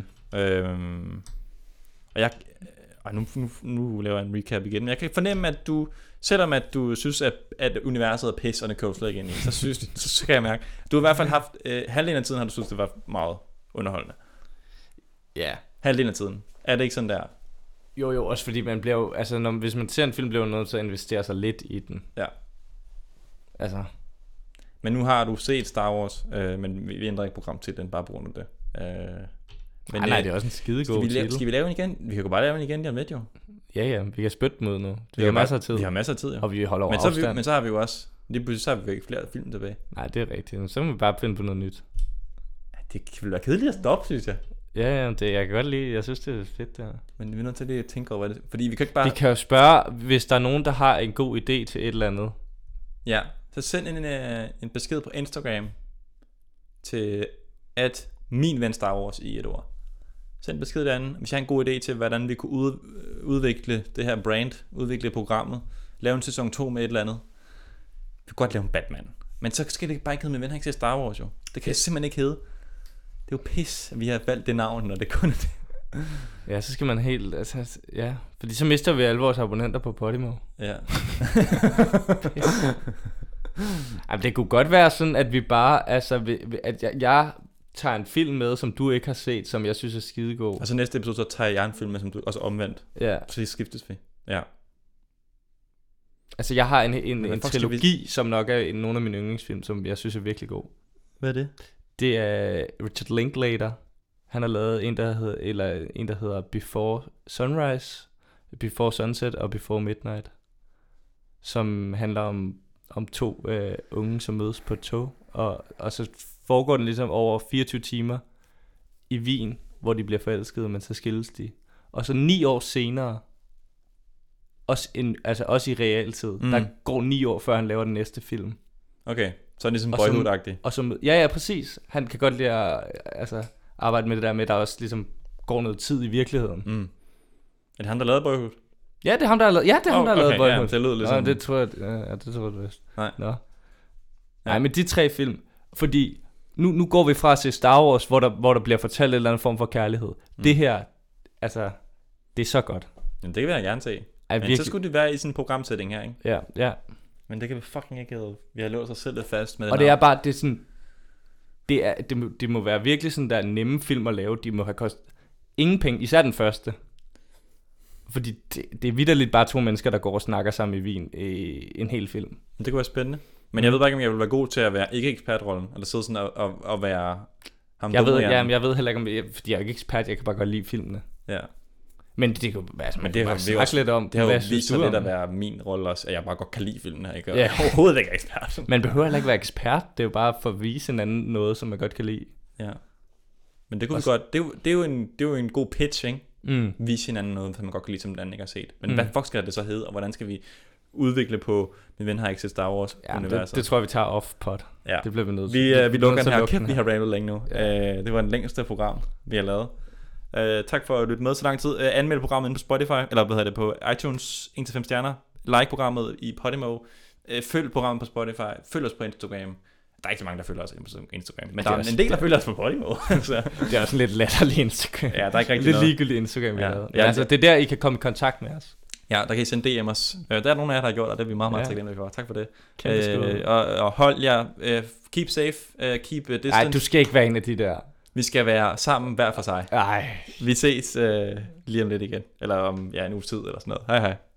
Speaker 1: Og nu laver jeg en recap igen. Men jeg kan fornemme, at du, selvom at du synes, at universet er pis, og det kører slet ikke ind i, så kan jeg mærke, du har i hvert fald haft, halvdelen af tiden har du synes, det var meget underholdende.
Speaker 2: Ja.
Speaker 1: Halvdelen af tiden. Er det ikke sådan der?
Speaker 2: Jo, også fordi man bliver jo, altså hvis man ser en film, bliver man nødt til at investere sig lidt i den.
Speaker 1: Ja.
Speaker 2: Altså.
Speaker 1: Men nu har du set Star Wars, men vi ændrer ikke programtitlen bare på grund af det.
Speaker 2: Men nej, det er også en skidegod titel.
Speaker 1: Skal vi lave den igen? Vi kan jo bare lave den igen, jeg jo.
Speaker 2: Ja, vi kan spytte mod nu. Vi har masser af tid.
Speaker 1: Vi har masser af tid, ja.
Speaker 2: Og vi holder over afstand.
Speaker 1: Men så har vi jo også, lige pludselig så har vi ikke flere film tilbage.
Speaker 2: Nej, det er rigtigt. Så må vi bare finde på noget nyt.
Speaker 1: Ja, det kan være kedeligt at stoppe, synes jeg.
Speaker 2: Ja, det jeg kan godt lide. Jeg synes, det er fedt der.
Speaker 1: Men vi er nødt til lige at tænke over det. Fordi vi kan ikke bare...
Speaker 2: Vi kan jo spørge, hvis der er nogen, der har en god idé til et eller andet.
Speaker 1: Ja, så send en besked på Instagram til @min ven Star Wars i et ord. Send besked derinde, hvis jeg har en god idé til, hvordan vi kunne udvikle det her brand, udvikle programmet, lave en sæson 2 med et eller andet. Vi kan godt lave en Batman. Men så skal det bare ikke hedde Min Ven Har Ikke Set Star Wars, jo. Det kan simpelthen ikke hedde. Det er jo pis, at vi har valgt det navn, når det kun er det.
Speaker 2: Ja, så skal man helt... Altså, ja, fordi så mister vi alle vores abonnenter på Podimo.
Speaker 1: Ja.
Speaker 2: Jamen, det kunne godt være sådan, at vi bare... Altså, at jeg tager en film med, som du ikke har set, som jeg synes er skidegod.
Speaker 1: Og så næste episode, så tager jeg en film med, som du også omvendt.
Speaker 2: Ja.
Speaker 1: Så skiftes vi. Ja.
Speaker 2: Altså, jeg har en trilogi, som nok er nogle af mine yndlingsfilm, som jeg synes er virkelig god.
Speaker 1: Hvad er det?
Speaker 2: Det er Richard Linklater, Han har lavet en, der hedder Before Sunrise, Before Sunset og Before Midnight, som handler om 2 unge, som mødes på et tog, og så foregår den ligesom over 24 timer i Wien, hvor de bliver forelskede, men så skilles de. Og så 9 år senere, også i realtid, der går 9 år, før han laver den næste film.
Speaker 1: Okay, så er det ligesom Boyhood-agtigt.
Speaker 2: Ja, præcis. Han kan godt lide at arbejde med det der med, at der også ligesom går noget tid i virkeligheden.
Speaker 1: Er det ham, der lavede Boyhood?
Speaker 2: Ja, det er ham, der har lavet, Boyhood.
Speaker 1: Ja, det lød ligesom.
Speaker 2: Det tror jeg, det tror jeg, du vidste.
Speaker 1: Nej.
Speaker 2: Nå. Nej, men de 3 film, fordi nu går vi fra at se Star Wars, hvor der bliver fortalt en eller anden form for kærlighed. Det her, altså, det er så godt.
Speaker 1: Men det vil jeg gerne se. Men så skulle det være i sådan en programsætning her, ikke?
Speaker 2: Ja.
Speaker 1: Men det kan vi fucking ikke. Vi har låst os selv lidt fast med det.
Speaker 2: Og det er bare, det er sådan, det må være virkelig sådan der nemme film at lave. De må have kostet ingen penge, især den første. Fordi det er vitterligt bare 2 mennesker, der går og snakker sammen i Wien i en hel film.
Speaker 1: Det kunne være spændende. Men jeg ved bare ikke, om jeg vil være god til at være ikke ekspertrollen, eller sidde sådan og være ham.
Speaker 2: Jeg ved heller ikke, fordi jeg er ikke ekspert, jeg kan bare godt lide filmene.
Speaker 1: Ja.
Speaker 2: Men det kan være,
Speaker 1: men det har vi også
Speaker 2: lidt om.
Speaker 1: Det har jo vist sig lidt at være min rolle også, at jeg bare godt kan lide filmene, ikke? Og
Speaker 2: ja.
Speaker 1: Jeg er overhovedet ikke ekspert.
Speaker 2: Man behøver heller ikke være ekspert, det er jo bare for at vise hinanden noget, som man godt kan lide.
Speaker 1: Ja. Men det kunne vi godt, det er jo en god pitch, ikke? Vise hinanden noget, som man godt kan lide, som den anden ikke har set. Men hvad fuck skal det så hedde, og hvordan skal vi udvikle på Min Ven Har Ikke Set Star Wars universet?
Speaker 2: Det tror jeg, vi tager off-pod. Ja. Det bliver vi nødt
Speaker 1: til. Vi lukker den her. Kæft, vi har ramblet længe nu. Ja. Det var det længste program, vi har lavet. Tak for at lytte med så lang tid. Anmeld programmet inde på Spotify, eller hvad hedder det, på iTunes 1-5 stjerner. Like programmet i Podimo. Følg programmet på Spotify. Følg os på Instagram. Der er ikke så mange, der følger os på Instagram, men der er en del, der følger os på Podimo.
Speaker 2: Det er også lidt latterlig Instagram.
Speaker 1: Ja, der er ikke rigtig
Speaker 2: lidt ligegyldigt Instagram.
Speaker 1: Ja,
Speaker 2: altså, det er der, I kan komme i kontakt med os.
Speaker 1: Ja, der kan I sende DM'ers. Der er nogle af jer, der har gjort, og det er vi meget, meget taknemmelige for. Tak for det.
Speaker 2: Kæmpe
Speaker 1: og hold jer, keep safe, keep distance.
Speaker 2: Nej, du skal ikke være en af de der.
Speaker 1: Vi skal være sammen hver for sig.
Speaker 2: Ej.
Speaker 1: Vi ses lige om lidt igen. Eller om en uges tid eller sådan noget. Hej hej.